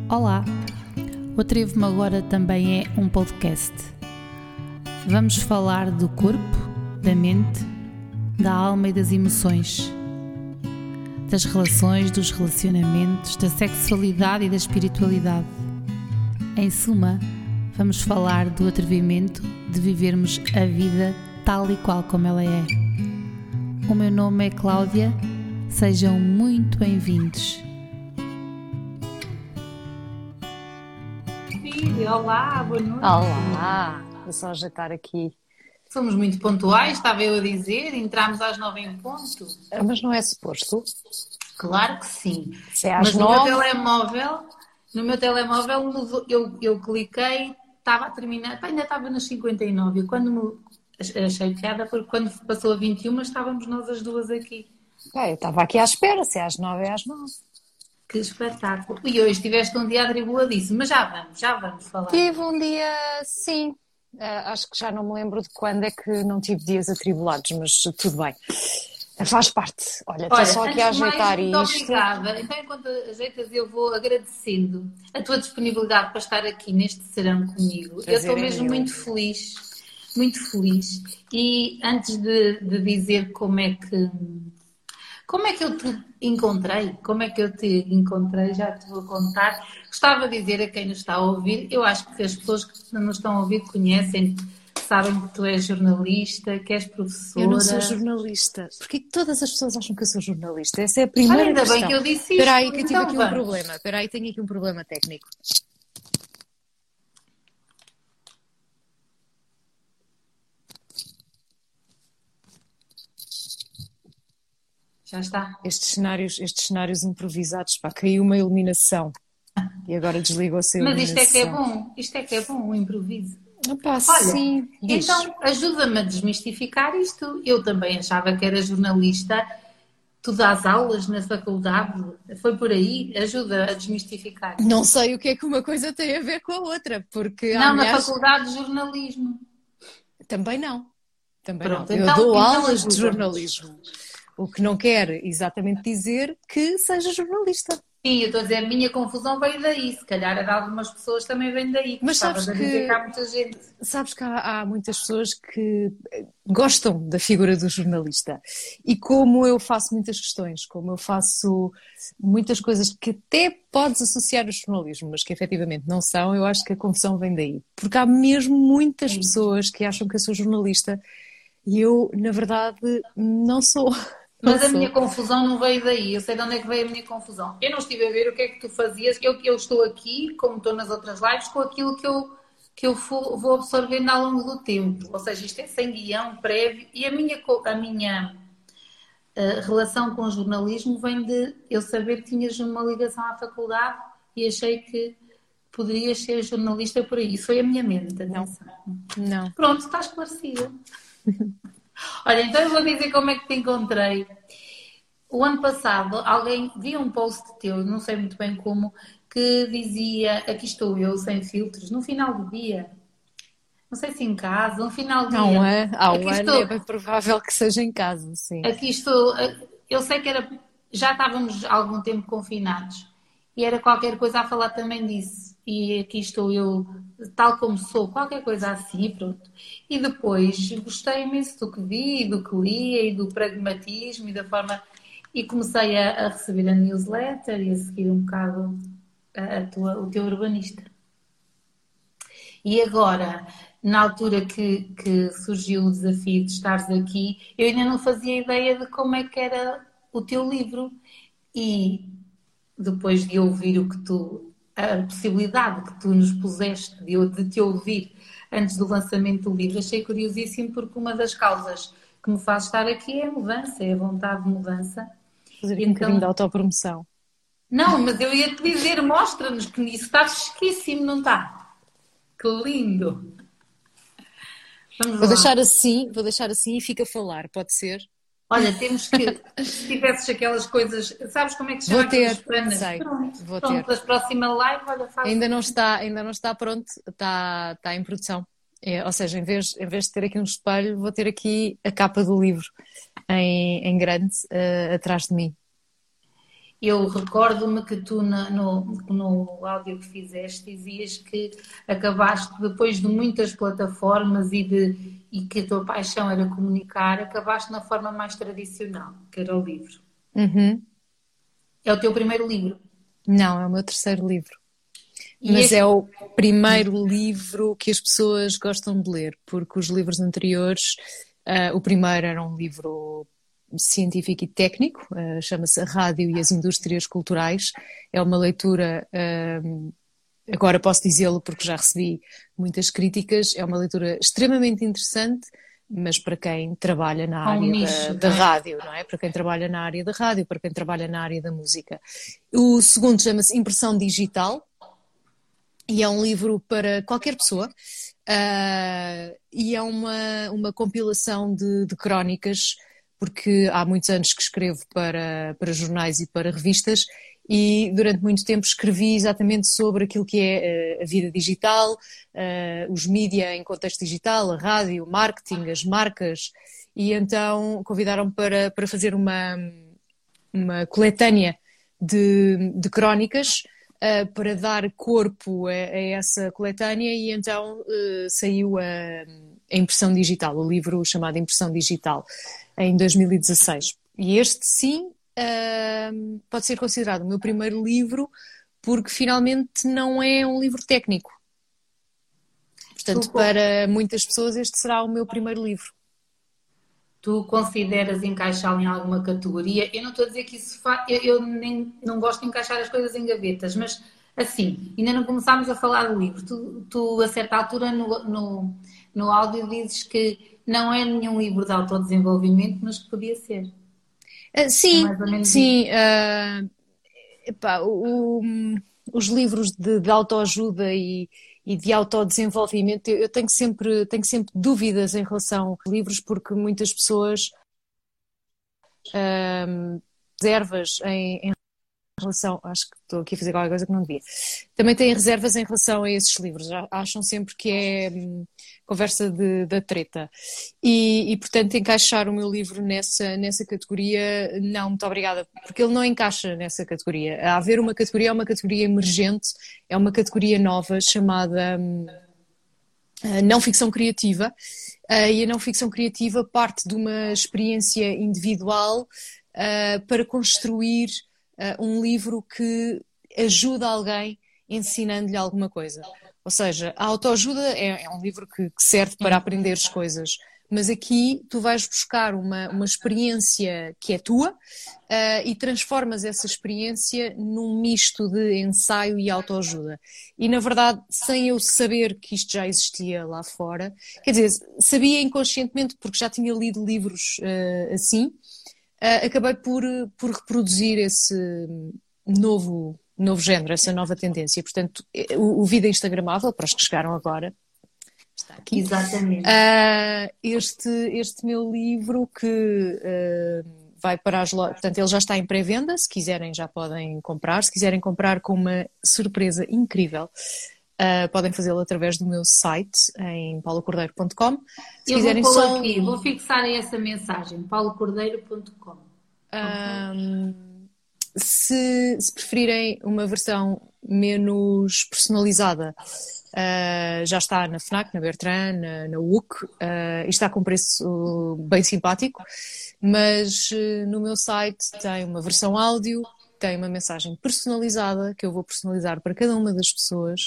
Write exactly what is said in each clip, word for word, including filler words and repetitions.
Olá, o Atrevo-me Agora também é um podcast. Vamos falar do corpo, da mente, da alma e das emoções, das relações, dos relacionamentos, da sexualidade e da espiritualidade. Em suma, vamos falar do atrevimento de vivermos a vida tal e qual como ela é. O meu nome é Cláudia, sejam muito bem-vindos. Olá, boa noite. Olá, vou só ajeitar aqui. Somos muito pontuais, estava eu a dizer, entramos às nove em ponto. Mas não é suposto? Claro que sim. Se é às Mas nove... no meu telemóvel, no meu telemóvel mudou, eu, eu cliquei, estava a terminar, ainda estava nas cinquenta e nove. E quando me achei piada, porque quando passou a vinte e uma estávamos nós as duas aqui. É, eu estava aqui à espera, se é às nove é às nove. Que espetáculo. E hoje tiveste um dia atribuladiço, mas já vamos, já vamos falar. Tive um dia, sim. Uh, acho que já não me lembro de quando é que não tive dias atribulados, mas tudo bem. Faz parte. Olha, estou Olha, só aqui a ajeitar muito isto. Obrigada. Então, enquanto ajeitas, eu vou agradecendo a tua disponibilidade para estar aqui neste serão comigo. Prazer eu estou é mesmo meu. muito feliz, muito feliz. E antes de, de dizer como é que como é que eu te encontrei, como é que eu te encontrei, já te vou contar. Gostava de dizer a quem nos está a ouvir, eu acho que as pessoas que nos estão a ouvir conhecem-te, sabem que tu és jornalista, que és professora. Eu não sou jornalista. Porque todas as pessoas acham que eu sou jornalista? Essa é a primeira Olha, ainda questão. bem que eu disse isto. Espera aí que eu tive Então aqui vamos. um problema. Espera aí, tenho aqui um problema técnico. Já está. Estes cenários, estes cenários improvisados, pá, caiu uma iluminação e agora desligou-se a Mas iluminação. isto é que é bom, isto é que é bom, o improviso. Opa, Olha, sim, diz. então ajuda-me a desmistificar isto. Eu também achava que era jornalista. Tu dás aulas na faculdade, foi por aí? Ajuda a desmistificar. Não sei o que é que uma coisa tem a ver com a outra, porque há Não, na mulheres... faculdade de jornalismo. Também não. Também Pronto, não. Eu então- dou então aulas de ajuda-me. jornalismo, o que não quer exatamente dizer que seja jornalista. Sim, eu estou a dizer, a minha confusão veio daí. Se calhar a de algumas pessoas também vem daí. Mas sabes Estavas a dizer que- que há muita gente. Sabes que há, há muitas pessoas que gostam da figura do jornalista. E como eu faço muitas questões, como eu faço muitas coisas que até podes associar ao jornalismo, mas que efetivamente não são, eu acho que a confusão vem daí. Porque há mesmo muitas Sim. pessoas que acham que eu sou jornalista e eu, na verdade, não sou. Mas Não a minha sou. confusão não veio daí. Eu sei de onde é que veio a minha confusão. Eu não estive a ver o que é que tu fazias. Eu, eu estou aqui, como estou nas outras lives, com aquilo que eu, que eu vou vou absorvendo ao longo do tempo. Ou seja, isto é sem guião prévio. E a minha, co- a minha eh, relação com o jornalismo vem de eu saber que tinhas uma ligação à faculdade e achei que poderias ser jornalista por aí. Isso foi a minha mente. Atenção. Não. Pronto, está esclarecido. Olha, então eu vou dizer como é que te encontrei. O ano passado, alguém viu um post teu, não sei muito bem como, que dizia: aqui estou eu, sem filtros, no final do dia. Não sei se em casa, no final do Há um dia. ano, há um Aqui ano estou, é bem provável que seja em casa, sim. aqui estou. Eu sei que era, já estávamos há algum tempo confinados e era qualquer coisa a falar também disso. E aqui estou eu, tal como sou, qualquer coisa assim, pronto. E depois gostei imenso do que vi, do que li, e do pragmatismo e da forma. E comecei a, a receber a newsletter e a seguir um bocado a, a tua, o teu urbanista. E agora, na altura que, que surgiu o desafio de estares aqui, eu ainda não fazia ideia de como é que era o teu livro. E depois de ouvir o que tu, a possibilidade que tu nos puseste de, eu- de te ouvir antes do lançamento do livro, achei curiosíssimo porque uma das causas que me faz estar aqui é a mudança, é a vontade de mudança. Fazer aqui Então- um bocadinho de autopromoção. Não, mas eu ia te dizer, mostra-nos que nisso está fresquíssimo, não está? Que lindo! Vamos Vou lá. deixar assim, vou deixar assim e fica a falar, pode ser? Olha, temos que, se tivesses aquelas coisas, sabes como é que se chama Vou ter, aquelas panas? sei, Pronto, vou pronto, ter. das próxima live, olha, faz. Ainda não está, ainda não está pronto, está, está em produção. É, ou seja, em vez, em vez de ter aqui um espelho, vou ter aqui a capa do livro em, em grande, eh, atrás de mim. Eu recordo-me que tu na- no, no áudio que fizeste dizias que acabaste, depois de muitas plataformas e, de, e que a tua paixão era comunicar, acabaste na forma mais tradicional, que era o livro. Uhum. É o teu primeiro livro. Não, é o meu terceiro livro. E Mas este, é o primeiro livro que as pessoas gostam de ler, porque os livros anteriores, ah, o primeiro era um livro científico e técnico, ah, chama-se A Rádio e as Indústrias Culturais. É uma leitura, ah, agora posso dizê-lo porque já recebi muitas críticas, é uma leitura extremamente interessante, mas para quem trabalha na com um área da, nicho, da não é? rádio, não é? Para quem trabalha na área da rádio, para quem trabalha na área da música. O segundo chama-se Impressão Digital. E é um livro para qualquer pessoa, uh, e é uma, uma compilação de, de crónicas, porque há muitos anos que escrevo para, para jornais e para revistas, e durante muito tempo escrevi exatamente sobre aquilo que é uh, a vida digital, uh, os mídia em contexto digital, a rádio, o marketing, as marcas, e então convidaram-me para, para fazer uma, uma coletânea de, de crónicas uh, para dar corpo a, a essa coletânea e então uh, saiu a, a impressão digital, o livro chamado Impressão Digital, em dois mil e dezasseis. E este sim uh, pode ser considerado o meu primeiro livro porque finalmente não é um livro técnico. Portanto, Tu, para muitas pessoas este será o meu primeiro livro. tu consideras encaixá-lo em alguma categoria? Eu não estou a dizer que isso faz. Eu, eu nem, não gosto de encaixar as coisas em gavetas, mas assim, ainda não começámos a falar do livro. Tu, tu a certa altura, no, no, no áudio, dizes que não é nenhum livro de autodesenvolvimento, mas que podia ser. Uh, É sim, mais ou menos isso. sim. Uh, epá, o, o, os livros de, de autoajuda e, e de autodesenvolvimento, eu, eu tenho sempre, tenho sempre dúvidas em relação aos livros, porque muitas pessoas uh, reservas em, em relação, acho que estou aqui a fazer qualquer coisa que não devia, também têm reservas em relação a esses livros, acham sempre que é hum, conversa de, da treta e, e portanto encaixar o meu livro nessa, nessa categoria, não, muito obrigada, porque ele não encaixa nessa categoria. A haver uma categoria, é uma categoria emergente, é uma categoria nova chamada hum, não ficção criativa, uh, e a não ficção criativa parte de uma experiência individual uh, para construir uh, um livro que ajuda alguém ensinando-lhe alguma coisa. Ou seja, a autoajuda é, é um livro que, que serve para aprender as coisas, mas aqui tu vais buscar uma, uma experiência que é tua uh, e transformas essa experiência num misto de ensaio e autoajuda. E na verdade, sem eu saber que isto já existia lá fora, quer dizer, sabia inconscientemente porque já tinha lido livros uh, assim, uh, acabei por, por reproduzir esse novo, novo género, essa nova tendência. Portanto, o, o Vida Instagramável, para os que chegaram agora, está aqui. Exatamente. Uh, este, este meu livro que uh, vai para as lojas, portanto ele já está em pré-venda, se quiserem já podem comprar, se quiserem comprar com uma surpresa incrível, uh, podem fazê-lo através do meu site em paulo cordeiro ponto com. Se Eu vou quiserem pôr só... aqui, vou fixar essa mensagem, paulo cordeiro ponto com. Um, se, se preferirem uma versão menos personalizada, uh, já está na Fnac, na Bertrand, na, na U C, uh, e está com preço bem simpático, mas uh, no meu site tem uma versão áudio, tem uma mensagem personalizada que eu vou personalizar para cada uma das pessoas,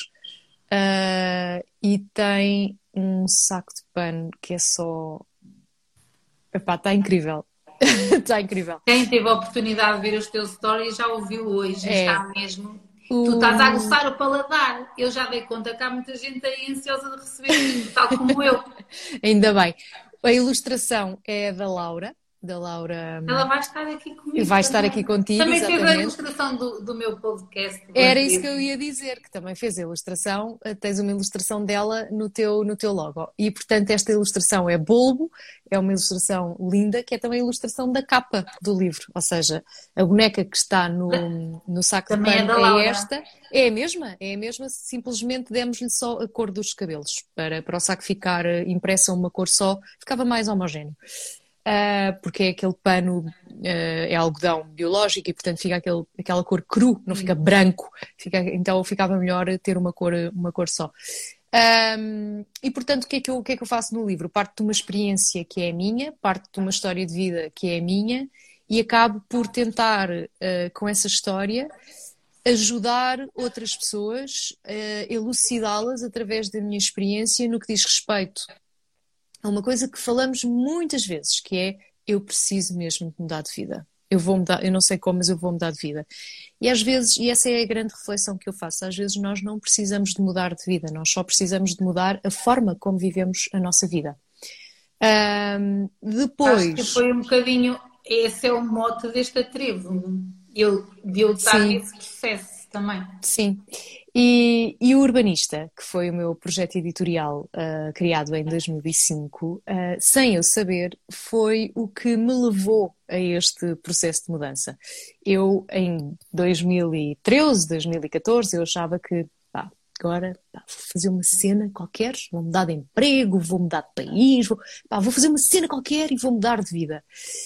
uh, e tem um saco de pano que é só... Epá, está incrível. Está incrível. Quem teve a oportunidade de ver os teus stories já ouviu hoje, É. está mesmo. O... Tu estás a aguçar o paladar. Eu já dei conta que há muita gente aí ansiosa de receber isto, tal como eu. Ainda bem. A ilustração é da Laura, da Laura. Ela vai estar aqui comigo. Vai estar também. aqui contigo, Também fez a exatamente. ilustração do, do meu podcast. Era isso que eu ia dizer, que também fez a ilustração, tens uma ilustração dela no teu, no teu logo. E, portanto, esta ilustração é bulbo, é uma ilustração linda, que é também a ilustração da capa do livro. Ou seja, a boneca que está no, no saco também de é da pano é, Laura. esta. É a mesma, é a mesma, simplesmente demos-lhe só a cor dos cabelos. Para, para o saco ficar impresso a uma cor só, ficava mais homogéneo. Uh, porque é aquele pano é algodão biológico e portanto fica aquele, aquela cor cru, não fica branco, fica, então ficava melhor ter uma cor, uma cor só. Um, e portanto o que, é que eu, o que é que eu faço no livro? Parte de uma experiência que é minha, parte de uma história de vida que é minha e acabo por tentar uh, com essa história ajudar outras pessoas a elucidá-las através da minha experiência no que diz respeito a uma coisa que falamos muitas vezes, que é eu preciso mesmo de mudar de vida. Eu vou mudar, eu não sei como, mas eu vou mudar de vida. E às vezes, e essa é a grande reflexão que eu faço, às vezes nós não precisamos de mudar de vida, nós só precisamos de mudar a forma como vivemos a nossa vida. Um, depois... Acho que foi um bocadinho, esse é o mote deste atrevo. Eu, de eu estar Sim. nesse processo também. Sim. E, e o Urbanista, que foi o meu projeto editorial uh, criado em dois mil e cinco, uh, sem eu saber, foi o que me levou a este processo de mudança. Eu, em dois mil e treze, dois mil e catorze, eu achava que pá, agora pá, vou fazer uma cena qualquer, vou mudar de emprego, vou mudar de país, vou, pá, vou fazer uma cena qualquer e vou mudar de vida.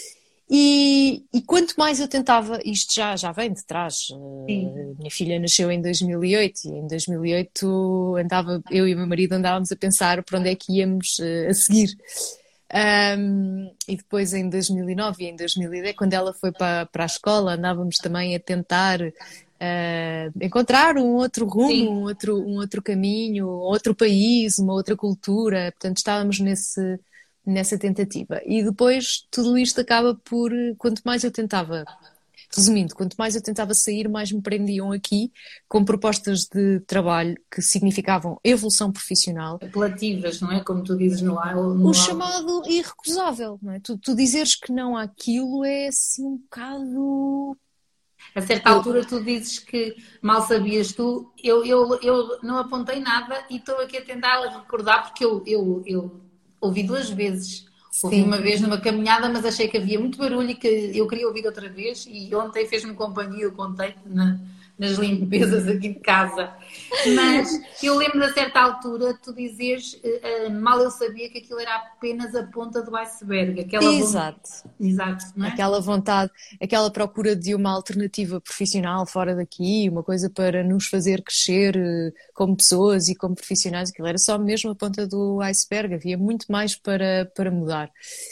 E, e quanto mais eu tentava, isto já, já vem de trás, uh, minha filha nasceu em dois mil e oito e em dois mil e oito andava, eu e o meu marido andávamos a pensar por onde é que íamos uh, a seguir. Um, e depois em dois mil e nove e em dois mil e dez, quando ela foi para, para a escola, andávamos também a tentar uh, encontrar um outro rumo, um outro, um outro caminho, um outro país, uma outra cultura, portanto estávamos nesse... nessa tentativa. E depois tudo isto acaba por, quanto mais eu tentava, resumindo, quanto mais eu tentava sair, mais me prendiam aqui com propostas de trabalho que significavam evolução profissional. Apelativas, não é? Como tu dizes no no O chamado irrecusável, não é? Tu, tu dizeres que não àquilo é assim um bocado... A certa altura tu dizes que mal sabias tu, eu, eu, eu não apontei nada e estou aqui a tentar recordar porque eu, eu, eu ouvi duas vezes. Ouvi Sim. uma vez numa caminhada, mas achei que havia muito barulho e que eu queria ouvir outra vez. E ontem fez-me companhia, eu contei na, nas limpezas aqui de casa. Mas eu lembro de a certa altura tu dizeres, uh, uh, mal eu sabia que aquilo era apenas a ponta do iceberg. Aquela Exato. Vontade, exato, não é? Aquela vontade, aquela procura de uma alternativa profissional fora daqui, uma coisa para nos fazer crescer uh, como pessoas e como profissionais, aquilo era só mesmo a ponta do iceberg, havia muito mais para, para mudar.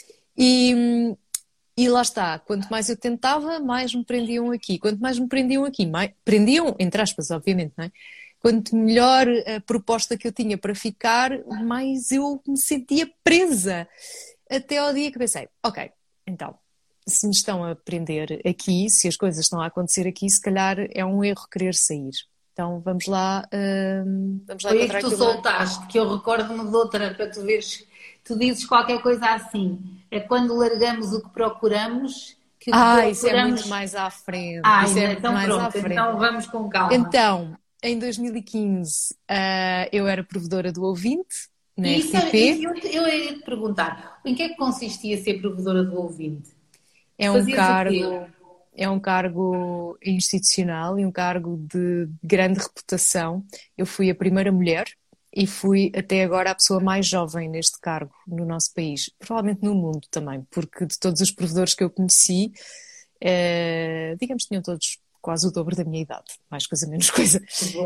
E, e lá está, quanto mais eu tentava, mais me prendiam aqui. Quanto mais me prendiam aqui, mais, prendiam, entre aspas, obviamente, não é? Quanto melhor a proposta que eu tinha para ficar, mais eu me sentia presa. Até ao dia que pensei, ok, então, se me estão a prender aqui, se as coisas estão a acontecer aqui, se calhar é um erro querer sair. Então vamos lá, hum, vamos lá Foi aí encontrar que tu aquilo. soltaste, que eu recordo-me de outra, para tu veres, tu dizes qualquer coisa assim, é quando largamos o que procuramos, que o que Ah, procuramos... isso é muito mais à frente. Ah, isso é muito então mais pronto, à frente. então vamos com calma. Então, em dois mil e quinze, uh, eu era provedora do Ouvinte, na E isso, R T P. eu, eu ia te perguntar, em que é que consistia ser provedora do ouvinte? É um Fazias o quê? cargo, é um cargo institucional e um cargo de grande reputação. Eu fui a primeira mulher e fui até agora a pessoa mais jovem neste cargo no nosso país, provavelmente no mundo também, porque de todos os provedores que eu conheci, eh, digamos que tinham todos quase o dobro da minha idade, mais coisa menos coisa.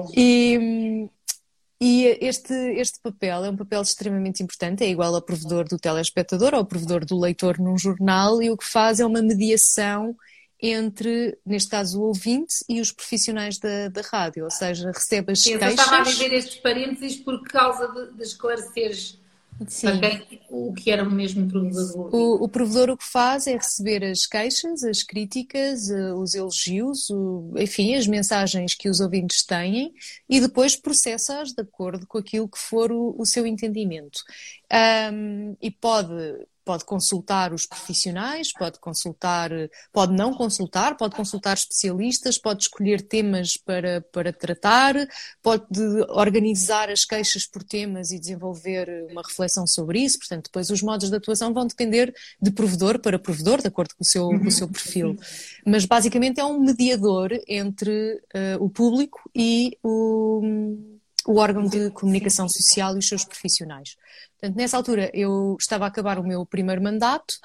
E, e este, este papel é um papel extremamente importante, é igual ao provedor do telespectador ou ao provedor do leitor num jornal, e o que faz é uma mediação entre, neste caso, o ouvinte e os profissionais da, da rádio, ou seja, recebe as Eu queixas... estava a dizer estes parênteses por causa de, de esclareceres Sim. para quem, o que era o mesmo provedor do ouvinte. O, o provedor o que faz é receber as queixas, as críticas, uh, os elogios, o, enfim, as mensagens que os ouvintes têm e depois processa-as de acordo com aquilo que for o, o seu entendimento. Um, e pode... Pode consultar os profissionais, pode consultar, pode não consultar, pode consultar especialistas, pode escolher temas para, para tratar, pode organizar as queixas por temas e desenvolver uma reflexão sobre isso. Portanto, depois os modos de atuação vão depender de provedor para provedor, de acordo com o seu, com o seu perfil. Mas basicamente é um mediador entre uh, o público e o... o órgão de comunicação social e os seus profissionais. Portanto, nessa altura eu estava a acabar o meu primeiro mandato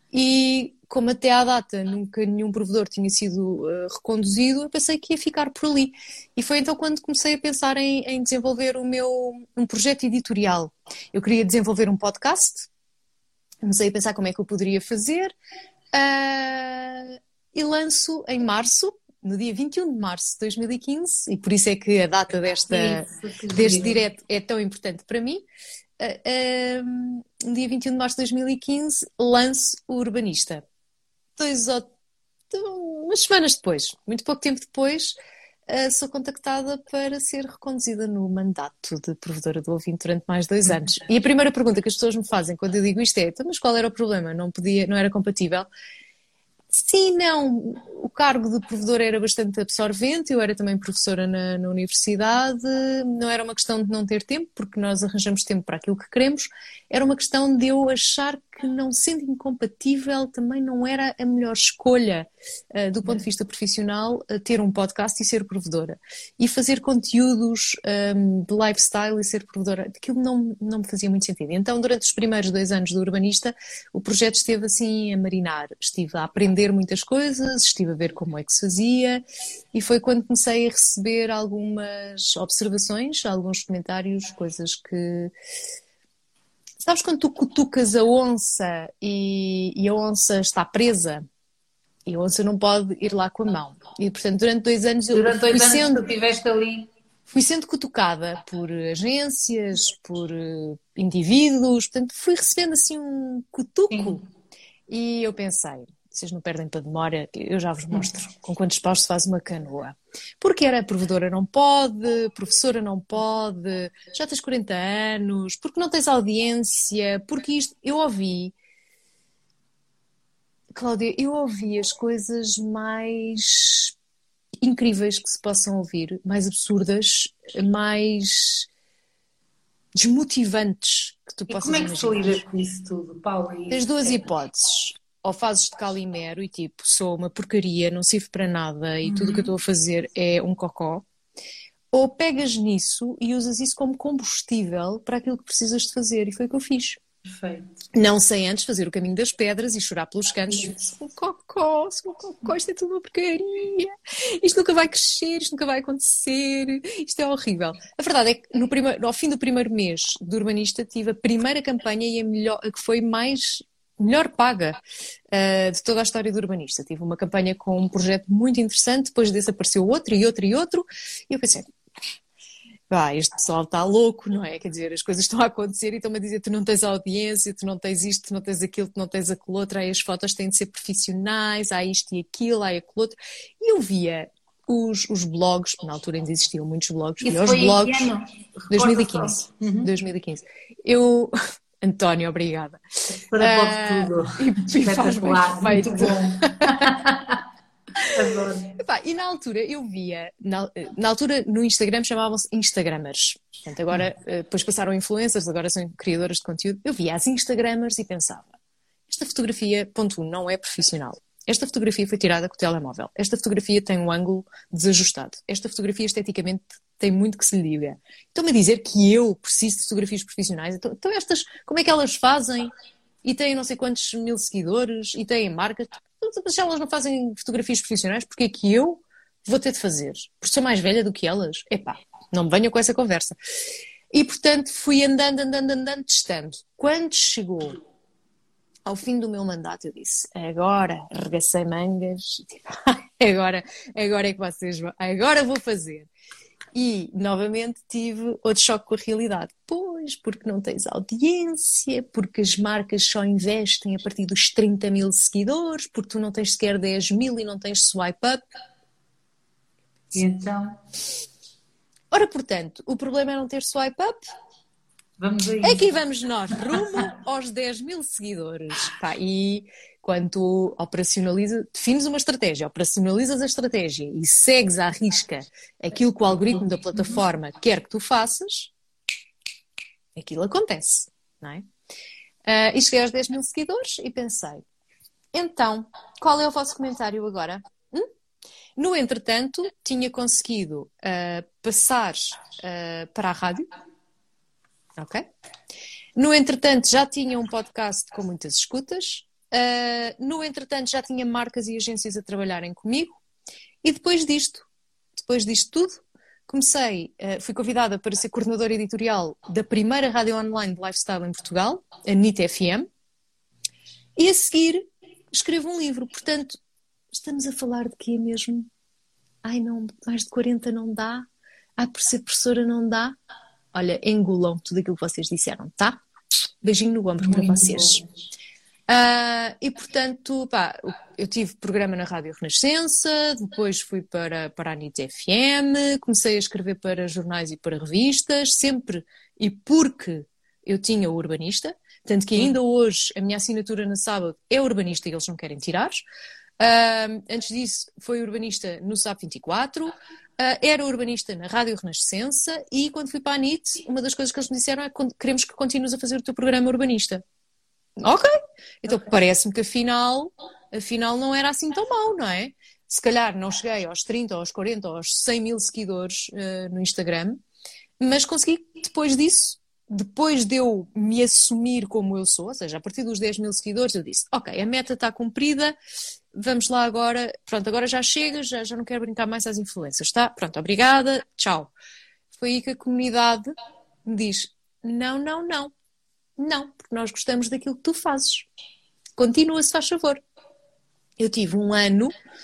E como até à data nunca nenhum provedor tinha sido uh, reconduzido, eu pensei que ia ficar por ali. E foi então quando comecei a pensar em, em desenvolver o meu, um projeto editorial. Eu queria desenvolver um podcast, comecei a pensar como é que eu poderia fazer, uh, e lanço em março, no dia vinte e um de março de dois mil e quinze, e por isso é que a data desta, Isso, deste direto é tão importante para mim. Uh, um, no dia vinte e um de março de dois mil e quinze, lanço o Urbanista. Dois ou umas semanas depois, muito pouco tempo depois, uh, sou contactada para ser reconduzida no mandato de provedora do ouvinte durante mais de dois anos. E a primeira pergunta que as pessoas me fazem quando eu digo isto é: então, mas qual era o problema? Não podia, não era compatível? Sim, não. O cargo de provedora era bastante absorvente, eu era também professora na, na universidade, não era uma questão de não ter tempo, porque nós arranjamos tempo para aquilo que queremos, era uma questão de eu achar que, não sendo incompatível, também não era a melhor escolha, uh, do ponto de vista profissional, uh, ter um podcast e ser provedora. E fazer conteúdos um, de lifestyle e ser provedora, aquilo não, não me fazia muito sentido. Então, durante os primeiros dois anos do Urbanista, o projeto esteve assim a marinar, estive a aprender muitas coisas, estive a ver como é que se fazia, e foi quando comecei a receber algumas observações, alguns comentários, coisas que... Sabes quando tu cutucas a onça e, e a onça está presa? E a onça não pode ir lá com a mão. E, portanto, durante dois anos eu Durante dois fui anos sendo... que tu estiveste ali. Fui sendo cutucada por agências, por uh, indivíduos, portanto fui recebendo assim um cutuco. Sim. E eu pensei, vocês não perdem para demora, eu já vos mostro com quantos paus se faz uma canoa. Porque era provedora não pode, professora não pode, já tens quarenta anos, porque não tens audiência, porque isto... Eu ouvi, Cláudia, eu ouvi as coisas mais incríveis que se possam ouvir, mais absurdas, mais desmotivantes que tu E possas como é que se imaginar. lida com isso tudo, Paula? Tens duas hipóteses. Ou fazes de Calimero e tipo, sou uma porcaria, não sirvo para nada e tudo o que eu estou a fazer é um cocó. Ou pegas nisso e usas isso como combustível para aquilo que precisas de fazer. E foi o que eu fiz. Perfeito. Não sei antes fazer o caminho das pedras e chorar pelos cantos. Sou um cocó, sou um cocó, isto é tudo uma porcaria. Isto nunca vai crescer, isto nunca vai acontecer. Isto é horrível. A verdade é que no primeiro, ao fim do primeiro mês do Urbanista tive a primeira campanha e a, melhor, a que foi mais... melhor paga uh, de toda a história do Urbanista. Tive uma campanha com um projeto muito interessante, depois desse apareceu outro e outro e outro, e eu pensei, pá, este pessoal está louco, não é? Quer dizer, as coisas estão a acontecer e estão-me a dizer, tu não tens audiência, tu não tens isto, tu não tens aquilo, tu não tens aquilo outro, aí as fotos têm de ser profissionais, há isto e aquilo, há aquilo outro. E eu via os, os blogs, na altura ainda existiam muitos blogs, Isso via os foi blogs... em que ano? dois mil e Recorda quinze. só. Uhum. dois mil e quinze. Eu... António, obrigada. Para pode Uh, tudo. e, e faz bem Espetacular, muito feito. bom. Adoro. Epá, e na altura eu via, na, na altura no Instagram chamavam-se Instagramers. Portanto, agora, uh, depois passaram influencers, agora são criadoras de conteúdo. Eu via as Instagramers e pensava, esta fotografia, ponto um, não é profissional. Esta fotografia foi tirada com o telemóvel. Esta fotografia tem um ângulo desajustado. Esta fotografia esteticamente tem muito que se lhe diga. Estão-me a dizer que eu preciso de fotografias profissionais? Então, então estas, como é que elas fazem? E têm não sei quantos mil seguidores, e têm marcas. Mas se elas não fazem fotografias profissionais, porque é que eu vou ter de fazer? Porque sou mais velha do que elas? Epá, não me venham com essa conversa. E, portanto, fui andando, andando, andando, testando. Quando chegou ao fim do meu mandato, eu disse, agora arregacei mangas, agora, agora é que vocês vão, agora vou fazer. E, novamente, tive outro choque com a realidade. Pois, porque não tens audiência, porque as marcas só investem a partir dos trinta mil seguidores, porque tu não tens sequer dez mil e não tens swipe up. E então? Ora, portanto, o problema é não ter swipe up? Vamos aí. Aqui vamos nós, rumo aos dez mil seguidores. Pá, e quando tu operacionalizas, defines uma estratégia, operacionalizas a estratégia e segues à risca aquilo que o algoritmo da plataforma quer que tu faças, aquilo acontece, não é? Uh, e cheguei aos dez mil seguidores e pensei, então, qual é o vosso comentário agora? Hum? No entretanto, tinha conseguido uh, passar uh, para a rádio. Ok? No entretanto, já tinha um podcast com muitas escutas, Uh, no entretanto, já tinha marcas e agências a trabalharem comigo. E depois disto, depois disto tudo, comecei, uh, fui convidada para ser coordenadora editorial da primeira rádio online de lifestyle em Portugal, a N I T F M. E a seguir, escrevo um livro. Portanto, estamos a falar de quê mesmo? Ai, não, mais de quarenta não dá. Ai, por ser professora não dá. Olha, engulam tudo aquilo que vocês disseram, tá? Beijinho no ombro para vocês. Uh, e, portanto, pá, eu tive programa na Rádio Renascença, depois fui para, para a N I T F M, comecei a escrever para jornais e para revistas, sempre e porque eu tinha o Urbanista, tanto que ainda hoje a minha assinatura na Sábado é Urbanista e eles não querem tirar. Uh, antes disso foi urbanista no S A P vinte e quatro, uh, era urbanista na Rádio Renascença e quando fui para a N I T, uma das coisas que eles me disseram é que queremos que continues a fazer o teu programa urbanista. Ok, então okay. Parece-me que afinal, afinal não era assim tão mau, não é? Se calhar não cheguei aos trinta, aos quarenta, aos cem mil seguidores uh, no Instagram, mas consegui depois disso, depois de eu me assumir como eu sou, ou seja, a partir dos dez mil seguidores eu disse, ok, a meta está cumprida, vamos lá agora, pronto, agora já chega, já, já não quero brincar mais às influências, tá? Pronto, obrigada, tchau. Foi aí que a comunidade me diz, não, não, não, não, porque nós gostamos daquilo que tu fazes. Continua, se faz favor. Eu tive um ano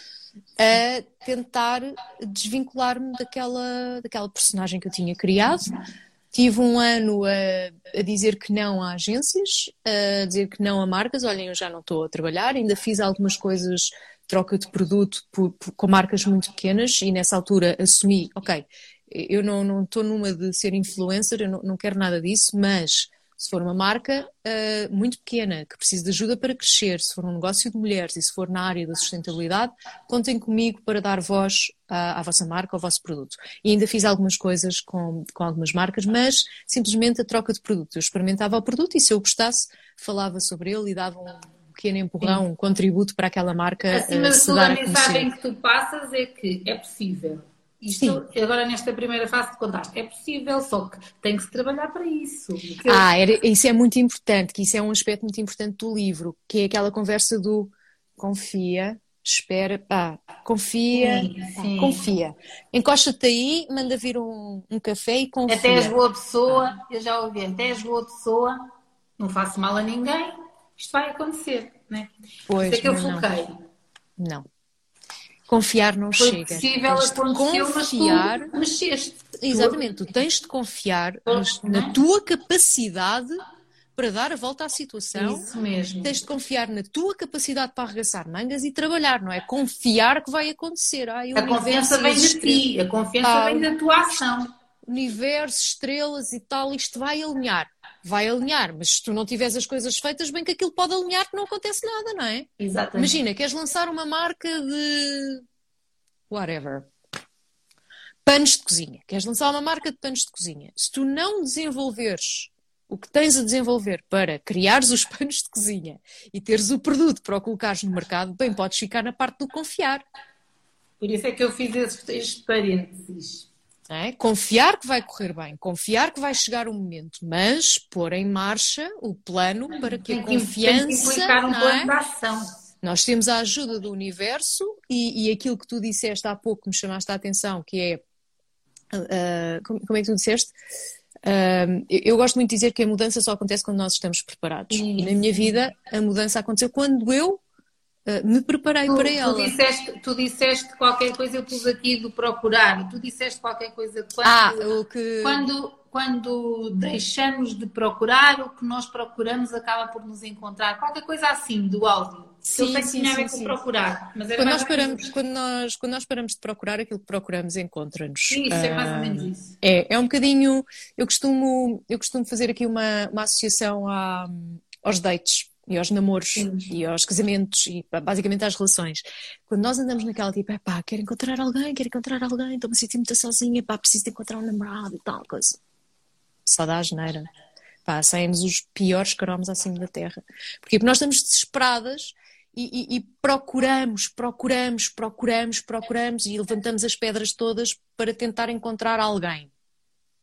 a tentar desvincular-me daquela, daquela personagem que eu tinha criado. Tive um ano a, a dizer que não a agências, a dizer que não a marcas. Olhem, eu já não estou a trabalhar, ainda fiz algumas coisas, troca de produto por, por, com marcas muito pequenas e nessa altura assumi, ok, eu não, não estou numa de ser influencer, eu não, não quero nada disso, mas se for uma marca uh, muito pequena, que precisa de ajuda para crescer, se for um negócio de mulheres e se for na área da sustentabilidade, contem comigo para dar voz à, à vossa marca, ao vosso produto. E ainda fiz algumas coisas com, com algumas marcas, mas simplesmente a troca de produto. Eu experimentava o produto e se eu gostasse, falava sobre ele e dava um pequeno empurrão, Sim. um contributo para aquela marca Acima uh, de se tudo, dar a a conhecer. mensagem que tu passas é que é possível. Isto, Sim. agora nesta primeira fase que contaste, é possível, só que tem que se trabalhar para isso. Eu... Ah, era, isso é muito importante, que isso é um aspecto muito importante do livro, que é aquela conversa do confia, espera, pá, confia, sim, pá, sim. confia. Encosta-te aí, manda vir um, um café e confia. Até és boa pessoa, eu já ouvi, até és boa pessoa, não faço mal a ninguém, isto vai acontecer, não é? Pois, isso é que eu não. foquei. Não. Confiar não Foi chega. Possível, aconteceu, confiar, mas tu mexeste. Exatamente, tu tens de confiar mas, na tua capacidade para dar a volta à situação. Isso mesmo. Tens de confiar na tua capacidade para arregaçar mangas e trabalhar, não é? Confiar que vai acontecer. Ai, a confiança vem de ti, a confiança ah, vem da tua ação. Universo, estrelas e tal, isto vai alinhar. Vai alinhar, mas se tu não tiveres as coisas feitas, bem que aquilo pode alinhar que não acontece nada, não é? Exatamente. Imagina, queres lançar uma marca de whatever, panos de cozinha. Queres lançar uma marca de panos de cozinha. Se tu não desenvolveres o que tens a desenvolver para criares os panos de cozinha e teres o produto para o colocares no mercado, bem, podes ficar na parte do confiar. Por isso é que eu fiz este, este parênteses. É? Confiar que vai correr bem, confiar que vai chegar o momento, mas pôr em marcha o plano para que tem a confiança... Tem que implicar um plano de ação. Nós temos a ajuda do universo e, e aquilo que tu disseste há pouco que me chamaste a atenção, que é... Uh, como, como é que tu disseste? Uh, eu, eu gosto muito de dizer que a mudança só acontece quando nós estamos preparados. Sim. E na minha vida a mudança aconteceu quando eu Uh, me preparei tu, para tu ela. Disseste, tu disseste qualquer coisa, eu pus aqui do procurar. Tu disseste qualquer coisa quando, ah, o que... quando, quando deixamos de procurar, o que nós procuramos acaba por nos encontrar. Qualquer coisa assim, do áudio. Sim, eu sei que sim, tinha a ver sim, com sim. procurar. Mas era quando, mais nós paramos, quando, nós, quando nós paramos de procurar, aquilo que procuramos encontra-nos. Isso, uh, é mais ou menos isso. É, é um bocadinho... Eu costumo, eu costumo fazer aqui uma, uma associação à, aos dates. E aos namoros, Sim. e aos casamentos, e basicamente às relações. Quando nós andamos naquela tipo, é pá, quero encontrar alguém, quero encontrar alguém, estou-me a sentir muito sozinha, pá, preciso de encontrar um namorado e tal, coisa. Só dá a geneira. Pá, saem-nos os piores cromos acima da terra. Porque nós estamos desesperadas e, e, e procuramos, procuramos, procuramos, procuramos e levantamos as pedras todas para tentar encontrar alguém.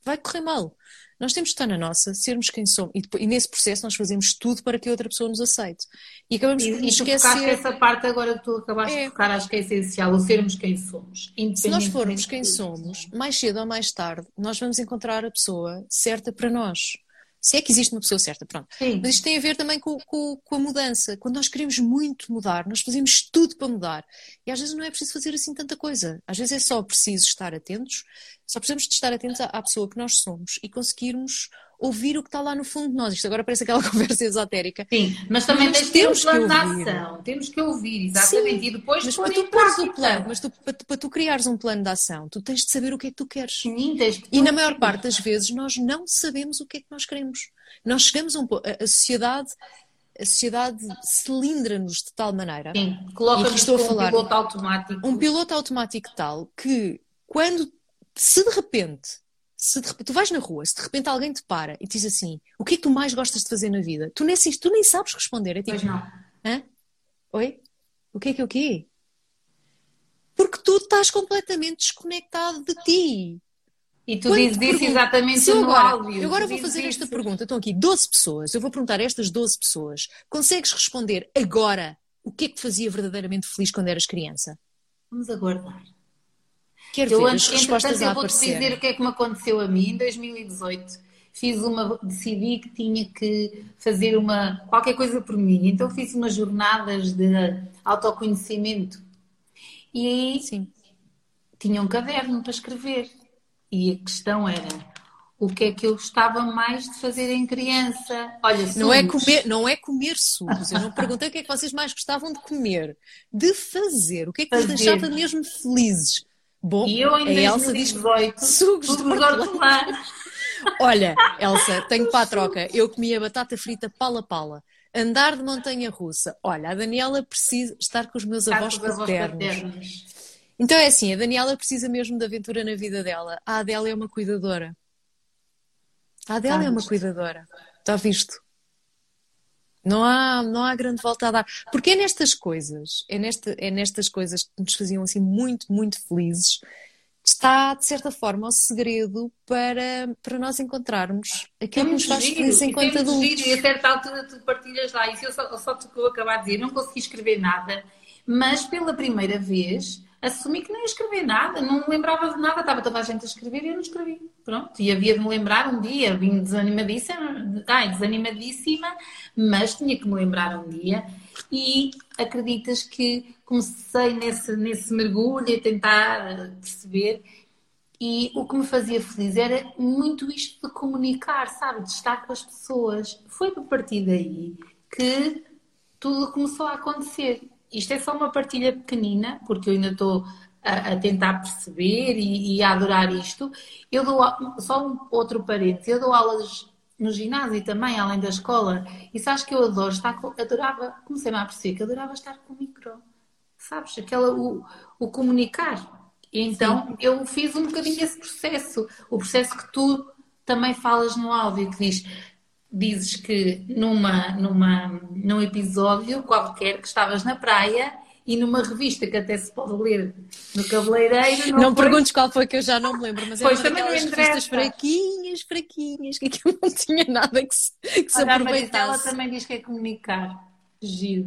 vai correr mal. Nós temos de estar na nossa, sermos quem somos. E, depois, e nesse processo nós fazemos tudo para que a outra pessoa nos aceite. E acabamos E, por e nos tu esquecer... focaste essa parte agora que tu acabaste É. de focar, acho que é essencial, o sermos quem somos. Se nós formos independentemente quem de- somos, mais cedo ou mais tarde, nós vamos encontrar a pessoa certa para nós. Se é que existe uma pessoa certa, pronto. Sim. Mas isto tem a ver também com, com- com a mudança. Quando nós queremos muito mudar, nós fazemos tudo para mudar. E às vezes não é preciso fazer assim tanta coisa. Às vezes é só preciso estar atentos, só precisamos de estar atentos à, à pessoa que nós somos e conseguirmos ouvir o que está lá no fundo de nós. Isto agora parece aquela conversa esotérica. Sim, mas também Mas tens de ter um temos que plano de ouvir. ação. Temos que ouvir, exatamente. Sim, E depois Mas pôr para tu em pôres o prática. plano, mas tu- para, tu- para tu criares um plano de ação, tu tens de saber o que é que tu queres. Sim, tens que E na ouvir. maior parte das vezes nós não sabemos o que é que nós queremos. Nós chegamos a um ponto, a, a sociedade, a sociedade cilindra-nos de tal maneira, Sim, E coloca-nos aqui estou a com um falar- piloto automático. um piloto automático tal que quando, se de repente, se de repente, tu vais na rua, se de repente alguém te para e te diz assim, o que é que tu mais gostas de fazer na vida? Tu nem, tu nem sabes responder, é tipo, Pois não. hã? Oi? O que é que é o quê? Porque tu estás completamente desconectado de ti. E tu Quando dizes te isso pergunto- exatamente Se eu no agora, áudio. eu agora Tu vou dizes fazer esta isso. pergunta. Estão aqui doze pessoas. Eu vou perguntar a estas doze pessoas. Consegues responder agora o que é que te fazia verdadeiramente feliz quando eras criança? Vamos aguardar. Quero Eu, ver as antes, respostas entretanto, a eu vou-te aparecer. dizer o que é que me aconteceu a mim. Em dois mil e dezoito, fiz uma, decidi que tinha que fazer uma, qualquer coisa por mim. Então fiz umas jornadas de autoconhecimento. E aí Sim. tinha um caderno para escrever. E a questão era, o que é que eu gostava mais de fazer em criança? Olha, Não é, sumos. comer, não é comer sumos. Eu não perguntei o que é que vocês mais gostavam de comer. De fazer. O que é que vos Fazer. deixava mesmo felizes? Bom, E eu em a Elsa diz dois mil e dezoito, sugos de sugos de hortelã. hortelã. Olha, Elsa, tenho para a troca. Eu comia batata frita pala-pala. Andar de montanha-russa. Olha, a Daniela precisa estar com os meus avós Avós paternos. paternos. Então é assim, a Daniela precisa mesmo de aventura na vida dela. A Adélia é uma cuidadora. A Adélia Tá é uma visto. cuidadora. Está visto? Não há, não há grande volta a dar. Porque é nestas coisas, é, nesta, é nestas coisas que nos faziam assim muito, muito felizes, que está, de certa forma, o segredo para, para nós encontrarmos aquilo que nos faz felizes isso é enquanto muito adultos. giro, e a certa altura tu partilhas lá. Isso eu só, só te que eu acabar de dizer, não consegui escrever nada, mas pela primeira vez assumi que não ia escrever nada, não me lembrava de nada, estava toda a gente a escrever e eu não escrevi. Pronto, e havia de me lembrar um dia, vim desanimadíssima, ai, desanimadíssima, mas tinha que me lembrar um dia. E acreditas que comecei nesse, nesse mergulho a tentar perceber, e o que me fazia feliz era muito isto de comunicar, sabe? De estar com as pessoas. Foi a partir daí que tudo começou a acontecer. Isto é só uma partilha pequenina, porque eu ainda estou a, a tentar perceber e, e a adorar isto. Eu dou a- só um outro parênteses, eu dou aulas no ginásio também, além da escola, e sabes que eu adoro estar com, adorava, comecei-me a perceber que adorava estar com o micro, sabes? Aquela, o, o comunicar. E então eu fiz um bocadinho esse processo, o processo que tu também falas no áudio, que diz, dizes que numa, numa, num episódio qualquer que estavas na praia e numa revista que até se pode ler no cabeleireiro. Não, Não foi? perguntes qual foi que eu já não me lembro, mas era Pois, uma também não daquelas interessa. revistas fraquinhas, fraquinhas, que aquilo não tinha nada que se, que se Olha, a Marisela aproveitasse. também diz que é comunicar. Giro.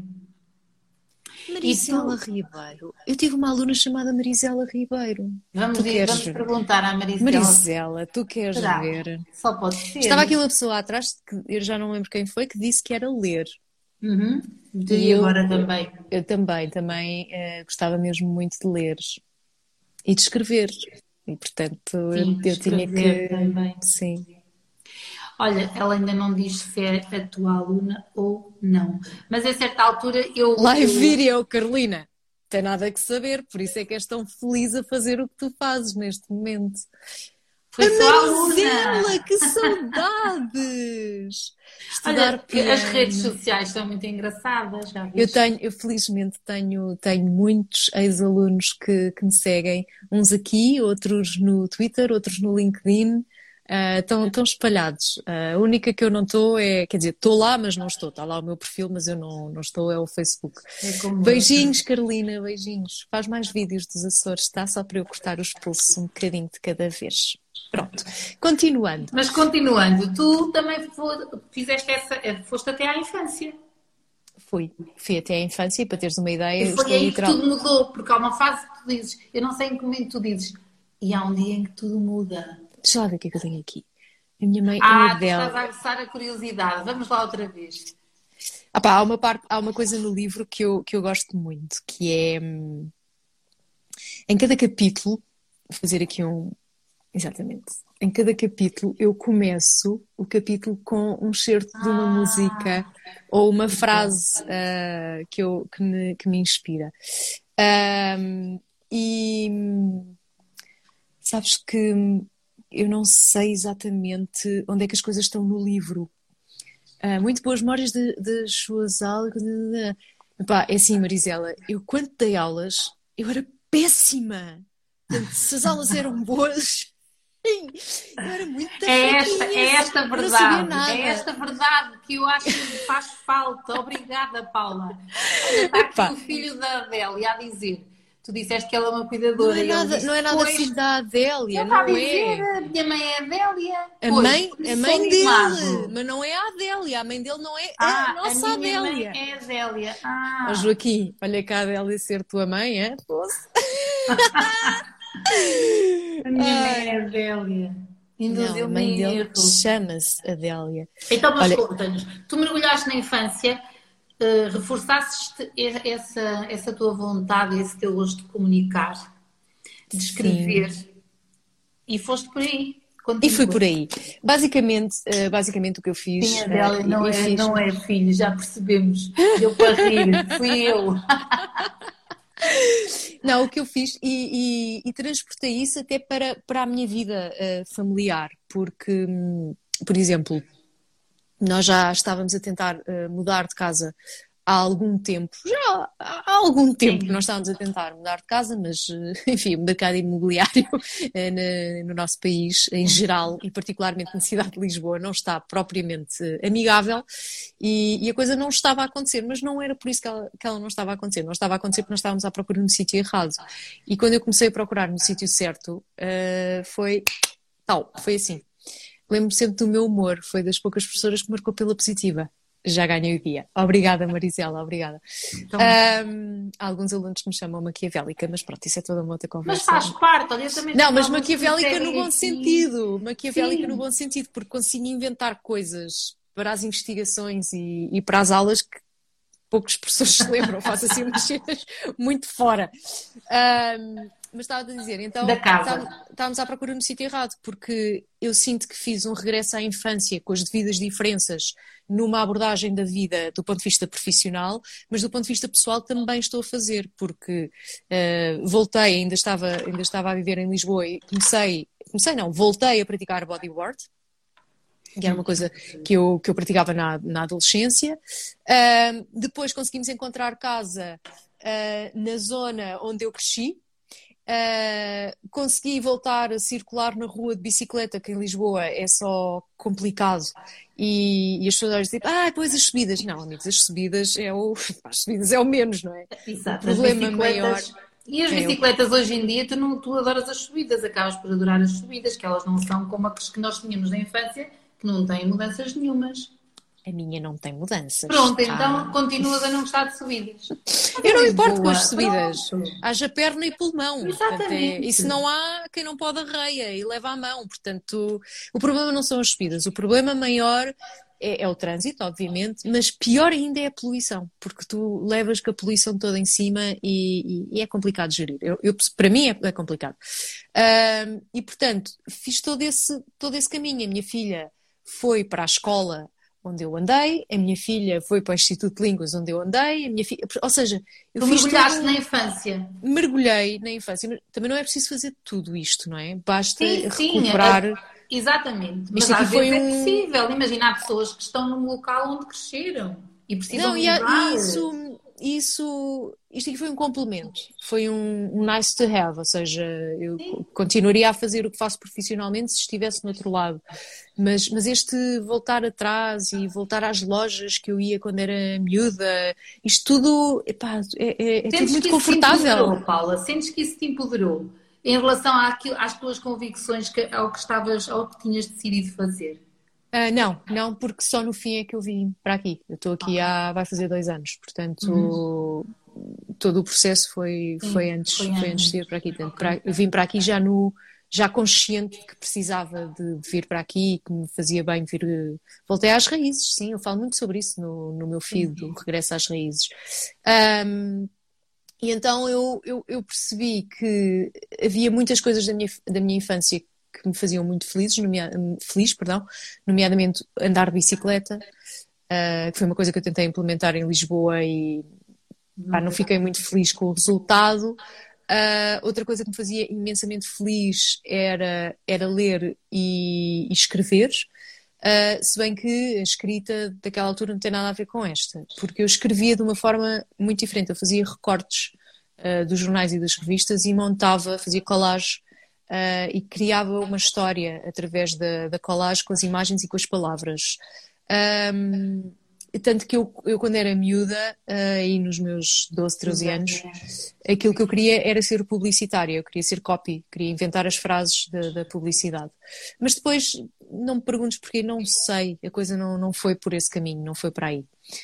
Marisela E tu? Ribeiro. Eu tive uma aluna chamada Marisela Ribeiro. Vamos, Tu ir, queres vamos ver? perguntar à Marisela. Marisela, tu queres Será? ver? Só pode ser. Estava aqui uma pessoa atrás, que eu já não lembro quem foi, que disse que era ler. Uhum. E E eu- agora também. Eu também, também eh, gostava mesmo muito de ler e de escrever. E portanto eu, Sim, eu tinha escrever que. também. Sim. Olha, ela ainda não diz se é a tua aluna ou não. Mas a certa altura eu. Lá eu- vir eu, Carolina. Tem nada que saber, por isso é que és tão feliz a fazer o que tu fazes neste momento. Foi A só aluna. Marisela, que saudades! Estudar Olha, que as piano. redes sociais são muito engraçadas, já viste? Eu tenho, eu felizmente tenho, tenho muitos ex-alunos que, que me seguem, uns aqui, outros no Twitter, outros no LinkedIn. Uh, estão, estão espalhados. Uh, a única que eu não estou é, quer dizer, estou lá, mas não estou. Está lá o meu perfil, mas eu não, não estou, é o Facebook. É como Beijinhos, Carolina, beijinhos. Faz mais vídeos dos Açores, está? Só para eu cortar os pulsos um bocadinho de cada vez. Pronto, continuando. Mas continuando, tu também fizeste essa, foste até à infância. Fui, fui até à infância e para teres uma ideia... E foi aí literal... que tudo mudou, porque há uma fase que tu dizes, eu não sei em que momento tu dizes, e há um dia em que tudo muda. Deixa lá ver o que é que eu tenho aqui. A minha mãe ah, é dela. Ah, estás a aguçar a curiosidade. Vamos lá outra vez. Ah, pá, há, uma parte, há uma coisa no livro que eu, que eu gosto muito, que é... Hum, em cada capítulo, vou fazer aqui um... Exatamente. Em cada capítulo eu começo o capítulo com um excerto de uma ah, música ou uma frase uh, que, eu, que, me, que me inspira. Um, e sabes que eu não sei exatamente onde é que as coisas estão no livro. Uh, muito boas memórias de, de suas aulas. Epá, é assim, Marisela, eu quando dei aulas, eu era péssima. Portanto, se as aulas eram boas... Eu era muito é esta, é esta verdade, é esta verdade que eu acho que faz falta. Obrigada, Paula. Está aqui Epá. O filho da Adélia a dizer, tu disseste que ela é uma cuidadora. Não é nada, disse, não é nada filho da Adélia, não, não é? Dizer, a minha mãe é a Adélia. A pois, mãe, a mãe dele, mimado. Mas não é a Adélia, a mãe dele não é ah, a nossa a minha Adélia. Mãe é a Adélia. Ah. Oh, Joaquim, olha cá a Adélia ser tua mãe, é? A minha mãe é a Adélia. Não, a mãe dele chama-se Adélia. Então, mas Olha... conta-nos, tu mergulhaste na infância, uh, reforçaste essa, essa tua vontade, esse teu gosto de comunicar, de escrever, Sim. e foste por aí. Continua. E fui por aí. Basicamente, uh, basicamente o que eu fiz... Sim, Adélia uh, não, é, fiz... não é filho, já percebemos. Deu para rir, fui eu. Não, o que eu fiz e, e, e transportei isso até para, para a minha vida uh, familiar, porque, por exemplo, nós já estávamos a tentar uh, mudar de casa há algum tempo, já há algum tempo que nós estávamos a tentar mudar de casa, mas, uh, enfim, o mercado imobiliário uh, no, no nosso país, em geral, e particularmente na cidade de Lisboa, não está propriamente uh, amigável e, e a coisa não estava a acontecer, mas não era por isso que ela, que ela não estava a acontecer, não estava a acontecer porque nós estávamos à procura no sítio errado. E quando eu comecei a procurar no sítio certo, uh, foi tal, foi assim. Lembro-me sempre do meu humor, foi das poucas professoras que marcou pela positiva. Já ganhei o dia. Obrigada, Marisela, obrigada. Então, um, há alguns alunos que me chamam maquiavélica, mas pronto, isso é toda uma outra conversa. Mas faz parte, olha, eu também... Não, mas maquiavélica no bom sentido. Maquiavélica Sim. no bom sentido, porque consigo inventar coisas para as investigações e, e para as aulas que poucas pessoas se lembram. Faço assim umas cenas muito fora. Um, mas estava a dizer, então estávamos à procura no sítio errado, porque eu sinto que fiz um regresso à infância com as devidas diferenças numa abordagem da vida do ponto de vista profissional, mas do ponto de vista pessoal também estou a fazer, porque uh, voltei, ainda estava, ainda estava a viver em Lisboa e comecei, comecei não, voltei a praticar bodyboard, que era uma coisa que eu, que eu praticava na, na adolescência. Uh, depois conseguimos encontrar casa uh, na zona onde eu cresci. Uh, consegui voltar a circular na rua de bicicleta, que em Lisboa é só complicado, e, e as pessoas dizem, ah, pois as subidas. Não, amigos, as subidas é o, as subidas é o menos, não é? Exato, o problema maior. E as bicicletas é hoje em dia, tu, não, tu adoras as subidas, acabas por adorar as subidas, que elas não são como as que nós tínhamos na infância, que não têm mudanças nenhumas. A minha não tem mudanças. Pronto, então ah. continuas a não gostar de subidas. Eu não importo com as subidas. Pronto. Haja perna e pulmão. Exatamente. É, e se não há, quem não pode arreia e leva à mão. Portanto, o problema não são as subidas. O problema maior é, é o trânsito, obviamente, mas pior ainda é a poluição, porque tu levas com a poluição toda em cima e, e, e é complicado de gerir. Eu, eu, para mim é, é complicado. Uh, e, portanto, fiz todo esse, todo esse caminho. A minha filha foi para a escola onde eu andei, a minha filha foi para o Instituto de Línguas onde eu andei, a minha filha, ou seja, eu tu fiz mergulhaste tudo... na infância. Mergulhei na infância, mas também não é preciso fazer tudo isto, não é? Basta sim, recuperar... Sim, é... Exatamente, mas às vezes um... é possível. Imagina, há pessoas que estão num local onde cresceram e precisam não, mudar. E isso, isso, isto aqui foi um complemento, foi um, um nice to have, ou seja, eu continuaria a fazer o que faço profissionalmente se estivesse no outro lado, mas, mas este voltar atrás e voltar às lojas que eu ia quando era miúda, isto tudo, epá, é, é, é tudo muito confortável. Sentes que isso te empoderou, Paula? Sentes que isso te empoderou em relação àquilo, às tuas convicções, que, ao que estavas, ao que tinhas decidido fazer? Uh, não, não, porque só no fim é que eu vim para aqui. Eu estou aqui há, vai fazer dois anos, portanto uhum. todo o processo foi, Sim, foi, antes, foi, foi antes de vir para aqui. Portanto, para, eu vim para aqui já, no, já consciente de que precisava de, de vir para aqui, que me fazia bem vir. Voltei às raízes, sim, eu falo muito sobre isso no, no meu feed, do regresso às raízes. Um, e então eu, eu, eu percebi que havia muitas coisas da minha, da minha infância que me faziam muito felizes, nomea... feliz, perdão, nomeadamente andar de bicicleta, uh, que foi uma coisa que eu tentei implementar em Lisboa e pá, não fiquei muito feliz com o resultado. Uh, outra coisa que me fazia imensamente feliz era, era ler e, e escrever, uh, se bem que a escrita daquela altura não tem nada a ver com esta, porque eu escrevia de uma forma muito diferente, eu fazia recortes uh, dos jornais e das revistas e montava, fazia collage. Uh, e criava uma história através da, da collage com as imagens e com as palavras. Um, tanto que eu, eu quando era miúda, uh, e nos meus doze, treze anos, aquilo que eu queria era ser publicitária, eu queria ser copy, queria inventar as frases da, da publicidade. Mas depois, não me perguntes porquê, não sei, a coisa não, não foi por esse caminho, não foi para aí.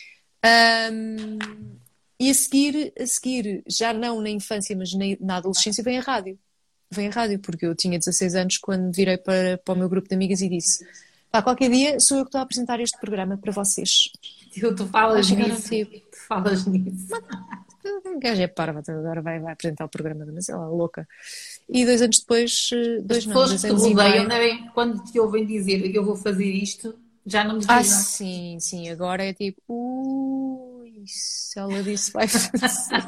Um, e a seguir, a seguir, já não na infância, mas na, na adolescência, vem a rádio. Vem a rádio, porque eu tinha dezasseis anos quando virei para, para o meu grupo de amigas e disse: pá, qualquer dia sou eu que estou a apresentar este programa para vocês. Tu, tu falas nisso. Tu falas nisso. O gajo é parva, agora vai, vai apresentar o programa, mas ela é louca. E dois anos depois, dois não, dois anos e meio. Devem, quando te ouvem dizer eu vou fazer isto, já não me dizem. Ah, sim, sim, agora é tipo, ui, se ela disse vai fazer.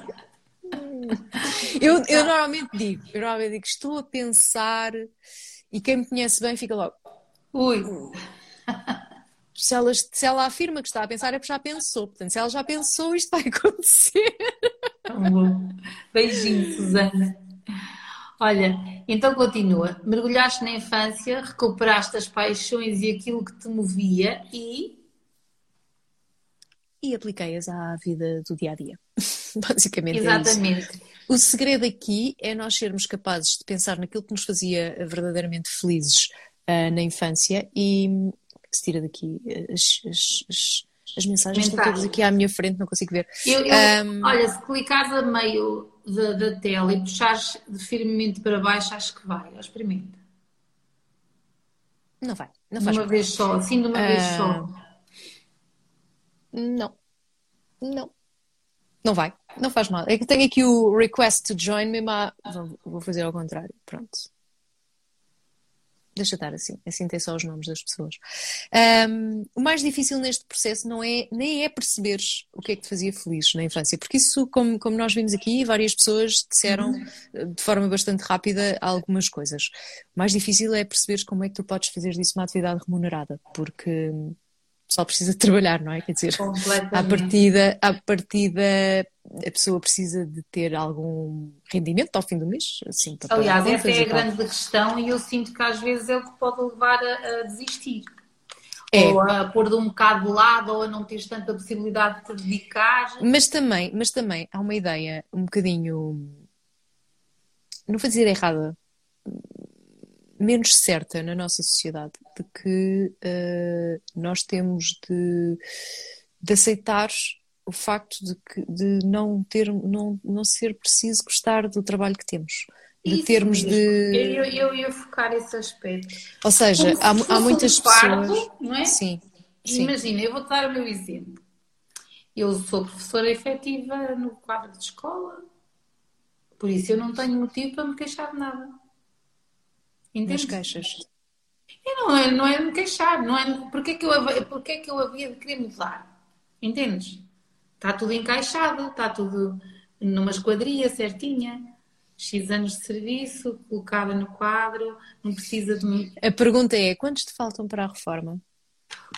Eu, eu normalmente digo, eu normalmente digo que estou a pensar e quem me conhece bem fica logo. Ui. Se ela, se ela afirma que está a pensar é porque já pensou. Portanto, se ela já pensou, isto vai acontecer. Bom. Beijinho, Susana. Olha, então continua. Mergulhaste na infância, recuperaste as paixões e aquilo que te movia e... E apliquei-as à vida do dia-a-dia. Basicamente Exatamente. É isso. O segredo aqui é nós sermos capazes de pensar naquilo que nos fazia verdadeiramente felizes uh, na infância e se tira daqui as, as, as, as mensagens estão todas aqui à minha frente, não consigo ver. Eu, eu, um... Olha, se clicares a meio da, da tela e puxares firmemente para baixo, acho que vai. Experimenta. Não vai. Não de faz uma vez só, assim de uma uh... vez só. Não. Não. Não vai. Não faz mal. É que tenho aqui o request to join me, mas vou fazer ao contrário. Pronto. Deixa estar assim. Assim tem só os nomes das pessoas. Um, o mais difícil neste processo não é, nem é perceberes o que é que te fazia feliz na infância. Porque isso, como, como nós vimos aqui, várias pessoas disseram de forma bastante rápida algumas coisas. O mais difícil é perceberes como é que tu podes fazer disso uma atividade remunerada. Porque... só precisa de trabalhar, não é? Quer dizer, à partida, à partida a pessoa precisa de ter algum rendimento ao fim do mês. Assim, para Aliás, essa é a grande questão e eu sinto que às vezes é o que pode levar a, a desistir. É. Ou a pôr de um bocado de lado ou a não teres tanta possibilidade de te dedicar. Mas também, mas também há uma ideia um bocadinho, não vou dizer errada, menos certa na nossa sociedade, de que uh, nós temos de, de aceitar o facto de, que, de não, ter, não, não ser preciso gostar do trabalho que temos. De Isso termos mesmo. de... Eu, eu ia focar esse aspecto. Ou seja, há, há muitas um parto, pessoas... Não é? Sim, sim. Imagina, eu vou-te dar o meu exemplo. Eu sou professora efetiva no quadro de escola, por isso eu não tenho motivo para me queixar de nada. Nas queixas. Eu não, é, não é me queixar, não é porque é, que eu, porque é que eu havia de querer mudar. Entendes? Está tudo encaixado, está tudo numa esquadria certinha, X anos de serviço, colocada no quadro, não precisa de... A pergunta é, quantos te faltam para a reforma?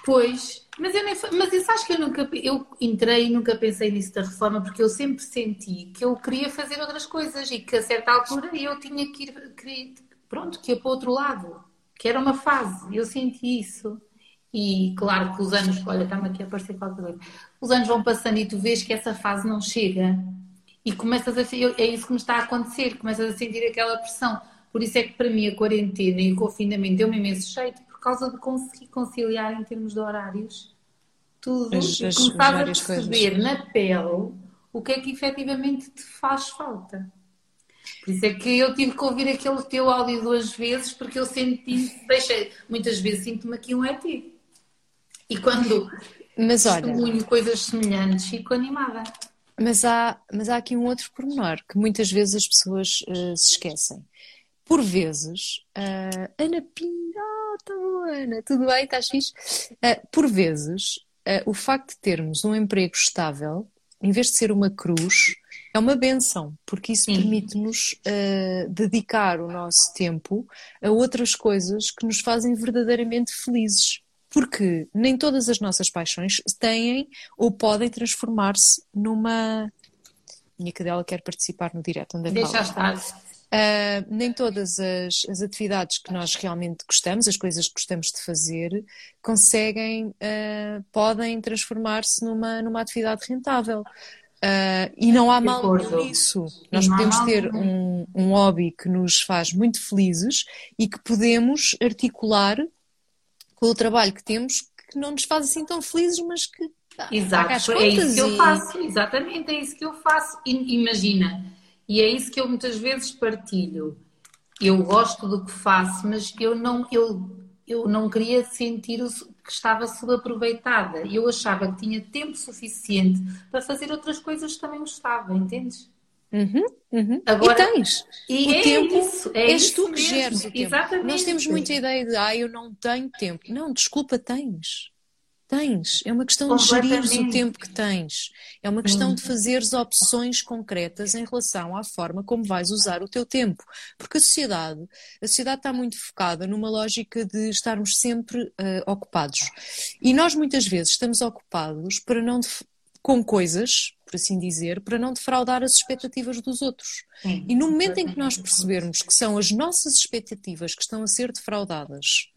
Pois, mas eu nem fa- mas isso acho que eu nunca eu entrei e nunca pensei nisso da reforma porque eu sempre senti que eu queria fazer outras coisas e que a certa altura eu tinha que ir queria- pronto, que ia para o outro lado, que era uma fase, eu senti isso. E claro que os anos, olha, está-me aqui a aparecer qualquer coisa. Os anos vão passando e tu vês que essa fase não chega e começas a ser, é isso que me está a acontecer, começas a sentir aquela pressão. Por isso é que para mim a quarentena e o confinamento deu-me imenso jeito por causa de conseguir conciliar em termos de horários tudo As, e as, as começares a várias coisas. perceber na pele o que é que efetivamente te faz falta. Por isso é que eu tive que ouvir aquele teu áudio duas vezes porque eu senti, deixei, muitas vezes sinto-me aqui um E T. E quando Mas olha, testemunho coisas semelhantes, fico animada. mas há, mas há aqui um outro pormenor que muitas vezes as pessoas eh, se esquecem. Por vezes, ah, Ana Pinho, oh, tá boa, Ana, tudo bem, estás fixe? Ah, por vezes, ah, o facto de termos um emprego estável, em vez de ser uma cruz, é uma benção, porque isso Sim, permite-nos ah, dedicar o nosso tempo a outras coisas que nos fazem verdadeiramente felizes. Porque nem todas as nossas paixões têm ou podem transformar-se numa. Minha cadela quer participar no direto, onde é que ela deixa está? estar. Uh, nem todas as, as atividades que nós realmente gostamos, as coisas que gostamos de fazer, conseguem, uh, podem transformar-se numa, numa atividade rentável. Uh, e não há De mal nenhum acordo. nisso. E Nós não há podemos mal ter nenhum. um, um hobby que nos faz muito felizes e que podemos articular com o trabalho que temos, que não nos faz assim tão felizes, mas que pá, paga as Exato, é isso que contas eu e. faço, exatamente, é isso que eu faço. E, imagina, e é isso que eu muitas vezes partilho. Eu gosto do que faço, mas eu não, eu, eu não queria sentir o su- que estava subaproveitada. Eu achava que tinha tempo suficiente para fazer outras coisas que também gostava, entendes? Uhum, uhum. E Agora, tens. e O é tempo, isso, é és isso tu que mesmo, geres o tempo. Nós temos muita exatamente, ideia de, ah, eu não tenho tempo. Não, desculpa, tens. Tens. É uma questão de gerires o completamente. tempo que tens. É uma questão Sim, de fazeres opções concretas em relação à forma como vais usar o teu tempo. Porque a sociedade, a sociedade está muito focada numa lógica de estarmos sempre eh, ocupados. E nós muitas vezes estamos ocupados para não def- com coisas, por assim dizer, para não defraudar as expectativas dos outros. sim, E no momento em que nós completamente de acordo. percebermos que são as nossas expectativas que estão a ser defraudadas,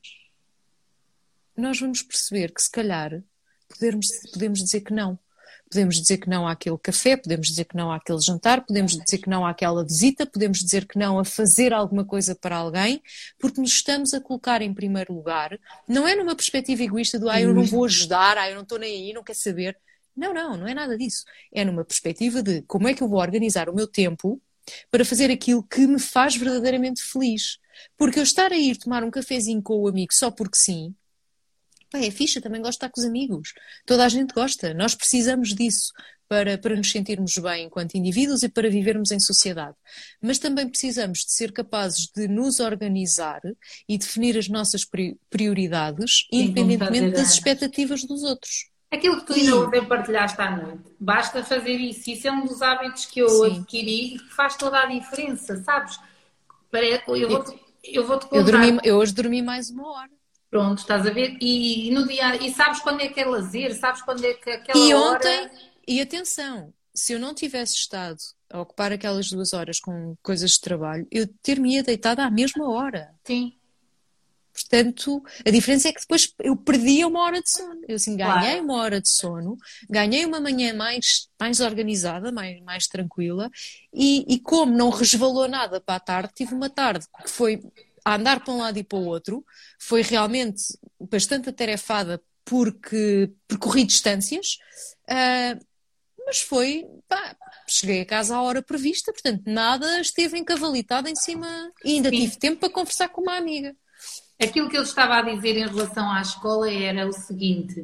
nós vamos perceber que se calhar podemos, podemos dizer que não. Podemos dizer que não àquele café, podemos dizer que não àquele jantar, podemos dizer que não àquela visita, podemos dizer que não a fazer alguma coisa para alguém, porque nos estamos a colocar em primeiro lugar. Não é numa perspectiva egoísta do ah, eu não vou ajudar, ah, eu não estou nem aí, não quero saber. Não, não, não é nada disso. É numa perspectiva de como é que eu vou organizar o meu tempo para fazer aquilo que me faz verdadeiramente feliz. Porque eu estar a ir tomar um cafezinho com o amigo só porque sim, pá, é fixe, eu também gosto de estar com os amigos. Toda a gente gosta. Nós precisamos disso para, para nos sentirmos bem enquanto indivíduos e para vivermos em sociedade. Mas também precisamos de ser capazes de nos organizar e definir as nossas pri- prioridades, Sim, como independentemente fazer das a... expectativas dos outros. Aquilo que tu ainda E, ontem partilhaste à noite. Basta fazer isso. Isso é um dos hábitos que eu sim, adquiri e que faz toda a diferença, sabes? Pare- Eu eu, vou-te eu vou-te eu dormi, contar. eu hoje dormi mais uma hora. Pronto, estás a ver? E, no dia, e sabes quando é que é lazer? Sabes quando é que aquela E hora. ontem, e atenção, se eu não tivesse estado a ocupar aquelas duas horas com coisas de trabalho, eu ter-me-ia deitada à mesma hora. Sim, Portanto, a diferença é que depois eu perdia uma hora de sono. Eu assim, ganhei claro. uma hora de sono, ganhei uma manhã mais, mais organizada, mais, mais tranquila, e, e como não resvalou nada para a tarde, tive uma tarde que foi a andar para um lado e para o outro, foi realmente bastante atarefada porque percorri distâncias, ah, mas foi, pá, cheguei a casa à hora prevista, portanto nada esteve encavalitado em cima e ainda Sim. tive tempo para conversar com uma amiga. Aquilo que eu estava a dizer em relação à escola era o seguinte: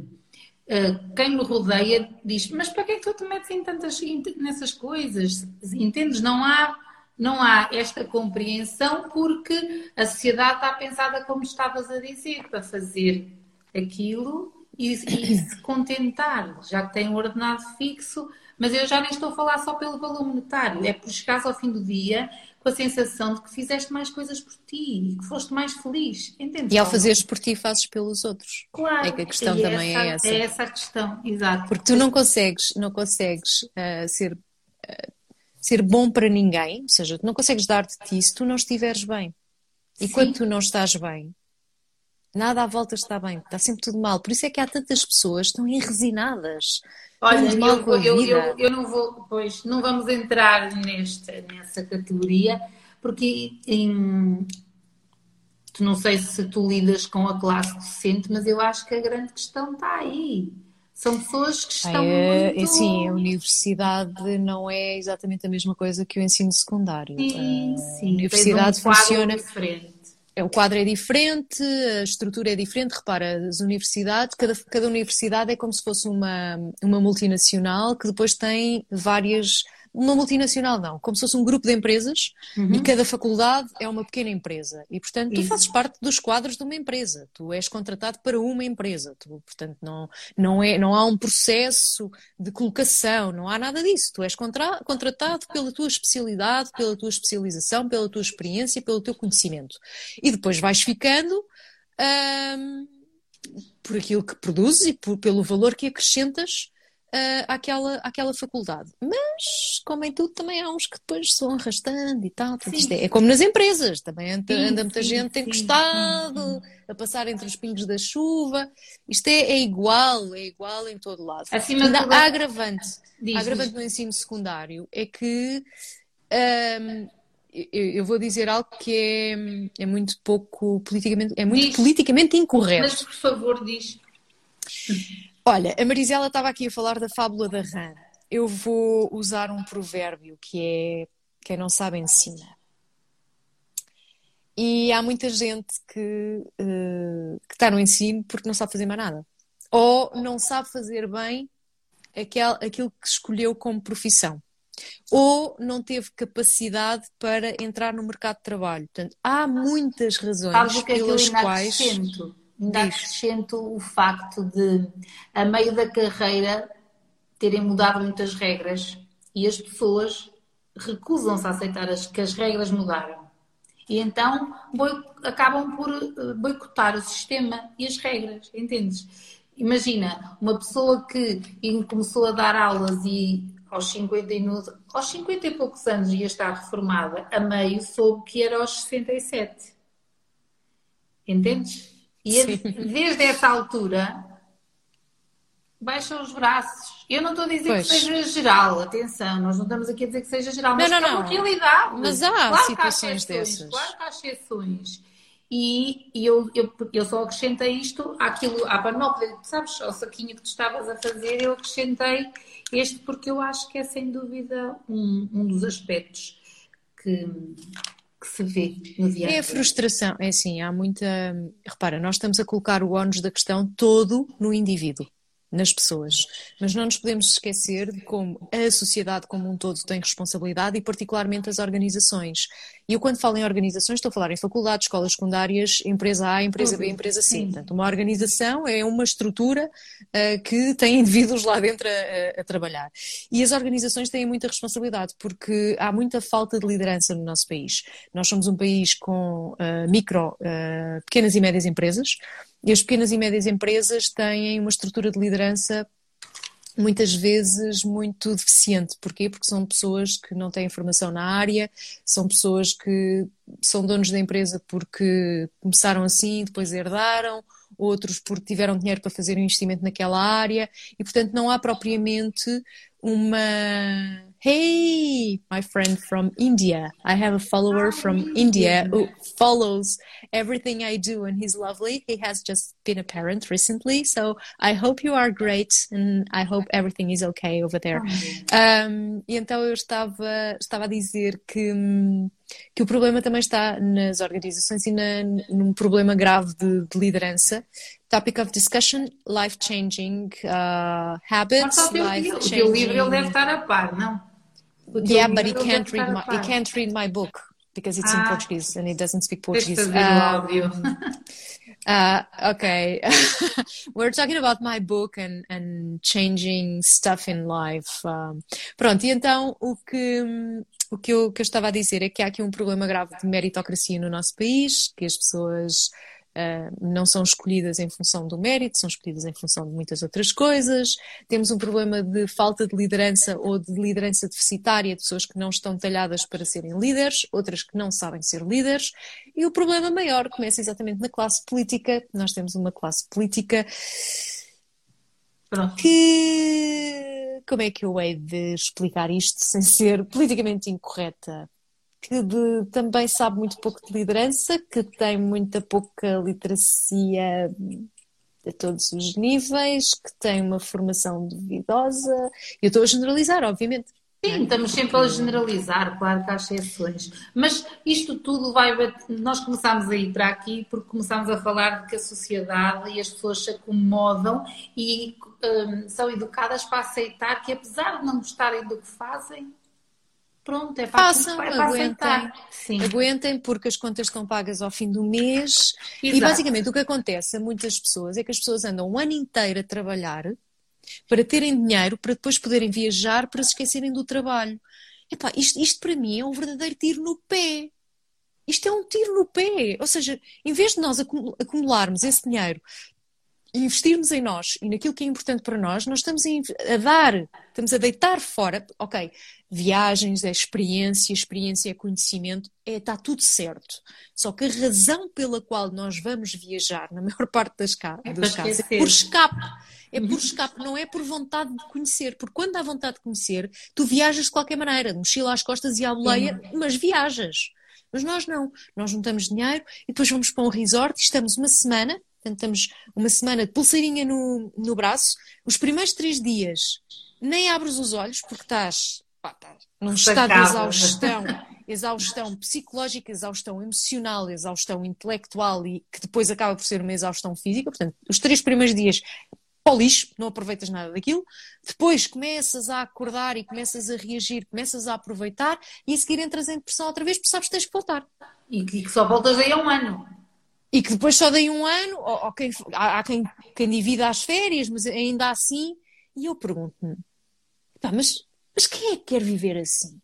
uh, quem me rodeia diz, mas para que é que tu te metes em tantas nessas coisas? Entendes? Não há, não há esta compreensão porque a sociedade está pensada como estavas a dizer, para fazer aquilo e, e se contentar, já que tem um ordenado fixo, mas eu já nem estou a falar só pelo valor monetário, é por chegares ao fim do dia com a sensação de que fizeste mais coisas por ti e que foste mais feliz. Entendes? E ao fazeres por ti, fazes pelos outros. Claro, É que a questão e também essa, é essa. É essa a questão, exato. Porque tu não consegues, não consegues uh, ser, uh, ser bom para ninguém, ou seja, tu não consegues dar de ti se tu não estiveres bem. E Sim. quando tu não estás bem, nada à volta está bem, está sempre tudo mal. Por isso é que há tantas pessoas que estão enresinadas. Olha, estão mal eu, com a eu, vida. eu, eu não vou, pois, não vamos entrar nesta, nessa categoria, porque em, tu não sei se tu lidas com a classe docente, mas eu acho que a grande questão está aí. São pessoas que estão é, muito... Assim, a universidade não é exatamente a mesma coisa que o ensino secundário. Sim, sim. A universidade Tens um funciona... diferente. O quadro é diferente, a estrutura é diferente. Repara, as universidades, cada, cada universidade é como se fosse uma, uma multinacional que depois tem várias... Uma multinacional não, como se fosse um grupo de empresas Uhum. e cada faculdade é uma pequena empresa. E, portanto, tu Isso. fazes parte dos quadros de uma empresa. Tu és contratado para uma empresa. Tu, portanto, não, não, é, não há um processo de colocação, não há nada disso. Tu és contra, contratado pela tua especialidade, pela tua especialização, pela tua experiência, pelo teu conhecimento. E depois vais ficando hum, por aquilo que produzes e por, pelo valor que acrescentas uh, àquela, àquela faculdade. Mas, como em tudo, também há uns que depois se vão arrastando e tal. Isto é, é como nas empresas, também anda, Sim, anda muita sim, gente sim, encostado, sim, sim. a passar entre os pingos da chuva. Isto é, é igual, é igual em todo lado. Acima Ainda de tudo, há agravante. diz, A agravante diz. no ensino secundário é que um, eu, eu vou dizer algo que é, é muito pouco politicamente, é muito Diz. politicamente incorreto. Mas, por favor, diz. Olha, a Marisela estava aqui a falar da fábula da rã. Eu vou usar um provérbio que é quem não sabe ensina. E há muita gente que, uh, que está no ensino porque não sabe fazer mais nada. Ou não sabe fazer bem aquel, aquilo que escolheu como profissão. Ou não teve capacidade para entrar no mercado de trabalho. Portanto, há muitas razões Sabes o que é que eu pelas ainda quais... acrescento? Ainda Diz. acrescento o facto de, a meio da carreira, terem mudado muitas regras e as pessoas recusam-se a aceitar as, que as regras mudaram. E então boi, acabam por boicotar o sistema e as regras, entendes? Imagina, uma pessoa que começou a dar aulas e aos cinquenta, e no, aos cinquenta e poucos anos ia estar reformada, a meio soube que era aos sessenta e sete. Entendes? E a, desde essa altura baixa os braços. Eu não estou a dizer pois. que seja geral, atenção, nós não estamos aqui a dizer que seja geral, mas não, não, é uma não. realidade. Mas há claro situações que há dessas. Claro que há exceções. E, e eu, eu, eu só acrescentei isto àquilo, à panóplia, sabes, ao saquinho que tu estavas a fazer, eu acrescentei este porque eu acho que é sem dúvida um, um dos aspectos que, que se vê no dia a dia. É a frustração, é assim, há muita... Repara, nós estamos a colocar o ónus da questão todo no indivíduo, nas pessoas, mas não nos podemos esquecer de como a sociedade como um todo tem responsabilidade e particularmente as organizações. E eu quando falo em organizações estou a falar em faculdades, escolas secundárias, empresa A, empresa B, empresa C. Sim. Portanto, uma organização é uma estrutura uh, que tem indivíduos lá dentro a, a, a trabalhar. E as organizações têm muita responsabilidade porque há muita falta de liderança no nosso país. Nós somos um país com uh, micro, uh, pequenas e médias empresas. E as pequenas e médias empresas têm uma estrutura de liderança muitas vezes muito deficiente. Porquê? Porque são pessoas que não têm formação na área, são pessoas que são donos da empresa porque começaram assim, depois herdaram, outros porque tiveram dinheiro para fazer um investimento naquela área e, portanto, não há propriamente uma... Hey, my friend from India. I have a follower from India who follows everything I do and he's lovely. He has just been a parent recently, so I hope you are great and I hope everything is okay over there. Um, e então eu estava, estava a dizer que, que o problema também está nas organizações e na, num problema grave de, de liderança. Topic of discussion, life-changing uh, habits, life-changing... O teu livro ele deve estar a par, não? Yeah, but he can't read my he can't read my book because it's ah, in Portuguese and he doesn't speak Portuguese. Um, Ah, ok. We're talking about my book and, and changing stuff in life. Um, pronto, e então o que, o que eu, que eu estava a dizer é que há aqui um problema grave de meritocracia no nosso país, que as pessoas uh, não são escolhidas em função do mérito, são escolhidas em função de muitas outras coisas. Temos um problema de falta de liderança ou de liderança deficitária, de pessoas que não estão talhadas para serem líderes, outras que não sabem ser líderes. E o problema maior começa exatamente na classe política. Nós temos uma classe política Pronto. que... Como é que eu hei de explicar isto sem ser politicamente incorreta? Que de- também sabe muito pouco de liderança, que tem muita pouca literacia a todos os níveis, que tem uma formação duvidosa. Eu estou a generalizar, obviamente. Sim, estamos sempre a generalizar, claro que há exceções. Mas isto tudo vai. bat- Nós começámos a ir para aqui porque começámos a falar de que a sociedade e as pessoas se acomodam e hum, são educadas para aceitar que, apesar de não gostarem do que fazem, pronto, é para, Façam, é para aguentem, aceitar. Sim, aguentem, porque as contas estão pagas ao fim do mês. E exato. basicamente o que acontece a muitas pessoas é que as pessoas andam um ano inteiro a trabalhar para terem dinheiro, para depois poderem viajar, para se esquecerem do trabalho. Epá, isto, isto para mim é um verdadeiro tiro no pé. Isto é um tiro no pé. Ou seja, em vez de nós acu- acumularmos esse dinheiro e investirmos em nós e naquilo que é importante para nós, nós estamos a, inv- a dar, estamos a deitar fora. Ok, viagens é experiência, experiência é conhecimento, é, está tudo certo. Só que a razão pela qual nós vamos viajar, na maior parte das, ca- É dos para casos, é esquecer. por escape. É por escape, não é por vontade de conhecer. Porque quando há vontade de conhecer, tu viajas de qualquer maneira, de mochila às costas e à boleia, mas viajas. Mas nós não. Nós juntamos dinheiro e depois vamos para um resort e estamos uma semana, portanto, estamos uma semana de pulseirinha no, no braço. Os primeiros três dias nem abres os olhos porque estás, pá, estás num estado de Sacada. exaustão, exaustão psicológica, exaustão emocional, exaustão intelectual e que depois acaba por ser uma exaustão física. Portanto, os três primeiros dias para o lixo, não aproveitas nada daquilo. Depois começas a acordar e começas a reagir, começas a aproveitar e a seguir entras em depressão outra vez porque sabes que tens que voltar. E que que só voltas aí a um ano. E que depois só dei um ano, ou, ou quem, há, há quem, quem divida as férias, mas ainda assim. E eu pergunto-me, pá, mas, mas quem é que quer viver assim?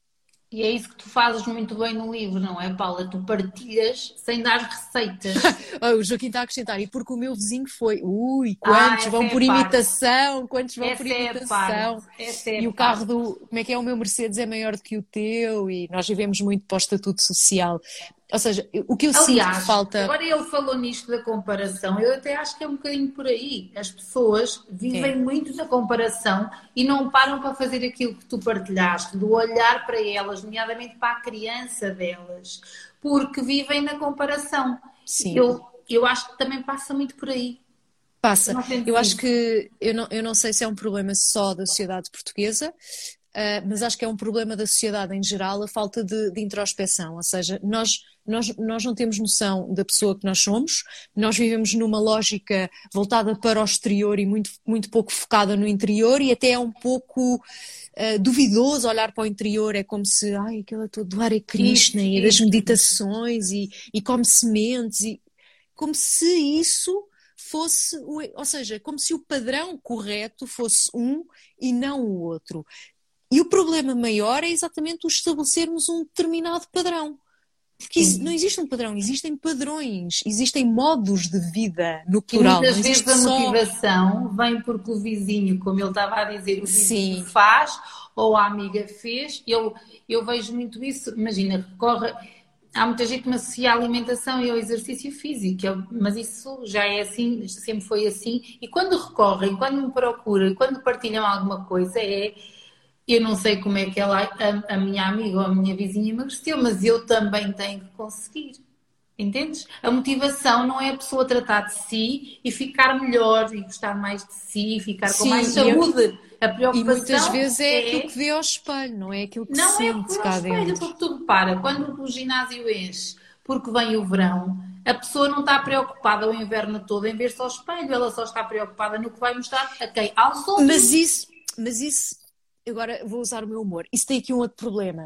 E é isso que tu fazes muito bem no livro, não é, Paula? Tu partilhas sem dar receitas. Oh, o Joaquim está a acrescentar, e porque o meu vizinho foi, ui, Ah, quantos essa vão é a por parte. imitação, quantos vão Essa por é a imitação. parte. Essa é E a o carro parte. do, como é que é, o meu Mercedes é maior do que o teu, e nós vivemos muito para o estatuto social. Ou seja, o que eu sinto que Aliás, falta. agora ele falou nisto da comparação, eu até acho que é um bocadinho por aí. As pessoas vivem É. muito da comparação e não param para fazer aquilo que tu partilhaste, do olhar para elas, nomeadamente para a criança delas, porque vivem na comparação. Sim. Eu, eu acho que também passa muito por aí. Passa. Não sentes Eu acho isso? que, eu não, eu não sei se é um problema só da sociedade portuguesa, ah, mas acho que é um problema da sociedade em geral, a falta de, de introspeção. Ou seja, nós, nós, nós não temos noção da pessoa que nós somos, nós vivemos numa lógica voltada para o exterior e muito, muito pouco focada no interior, e até é um pouco ah, duvidoso olhar para o interior. É como se, ai, aquilo é todo do Hare Krishna Isso, e das isso. meditações e, e come sementes, e como se isso fosse, o- ou seja, como se o padrão correto fosse um e não o outro. E o problema maior é exatamente o estabelecermos um determinado padrão. Porque exi- Sim. não existe um padrão, existem padrões, existem modos de vida no E plural, não muitas vezes existe a só. motivação vem porque o vizinho, como ele estava a dizer, o vizinho Sim, faz ou a amiga fez. Eu, eu vejo muito isso. Imagina, recorre. Há muita gente que me associa à alimentação e ao exercício físico, eu- mas isso já é assim, sempre foi assim. E quando recorrem, quando me procuram, quando partilham alguma coisa, é. Eu não sei como é que ela, a, a minha amiga ou a minha vizinha emagreceu, mas eu também tenho que conseguir. Entendes? A motivação não é a pessoa tratar de si e ficar melhor e gostar mais de si, e ficar com mais sim, e, eu- saúde. A e muitas preocupação vezes é aquilo é. que vê ao espelho, não é aquilo que Não é o que sente vê ao cá espelho, dentro. porque tu repara, quando o ginásio enche, porque vem o verão, a pessoa não está preocupada o inverno todo em ver-se ao espelho, ela só está preocupada no que vai mostrar a quem? Aos outros. Mas isso, mas isso, agora vou usar o meu humor, isso tem aqui um outro problema,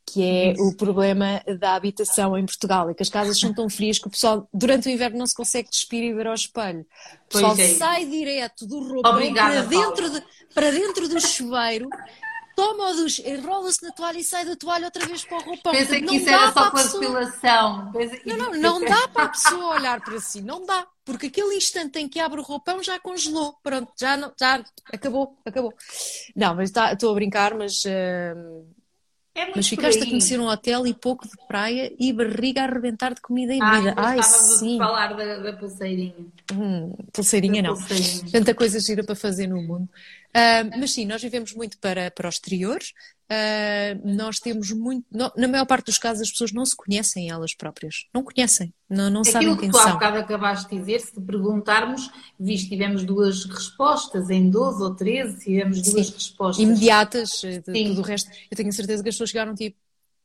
que é o problema da habitação em Portugal, é que as casas são tão frias que o pessoal, durante o inverno, não se consegue despir e ver ao espelho. O pessoal Pois é. sai direto do roupão Obrigada, para dentro, de, para dentro do chuveiro, toma o duche, enrola-se na toalha e sai da toalha outra vez para o roupão. Pensa Portanto, que não isso dá era para só a pessoa... depilação. Pensa... Não, não, não dá para a pessoa olhar para si, não dá. Porque aquele instante em que abre o roupão já congelou. Pronto, já, não, já acabou, acabou. Não, mas tá, estou a brincar, mas... Uh... É muito Mas ficaste a conhecer um hotel e pouco de praia e barriga a arrebentar de comida e bebida. Ah, Ai, estava sim. a falar da, da pulseirinha. Hum, pulseirinha Da não. pulseirinha. Tanta coisa gira para fazer no mundo. Uh, mas sim, nós vivemos muito para, para o exterior. Uh, nós temos muito... No, na maior parte dos casos as pessoas não se conhecem elas próprias. Não conhecem. Não, não sabem Aquilo que quem tu há são. bocado acabaste de dizer, se te perguntarmos, visto, tivemos duas respostas, em doze ou treze, tivemos duas Sim. respostas. Imediatas, de, Sim. tudo o resto. Eu tenho a certeza que as pessoas chegaram tipo...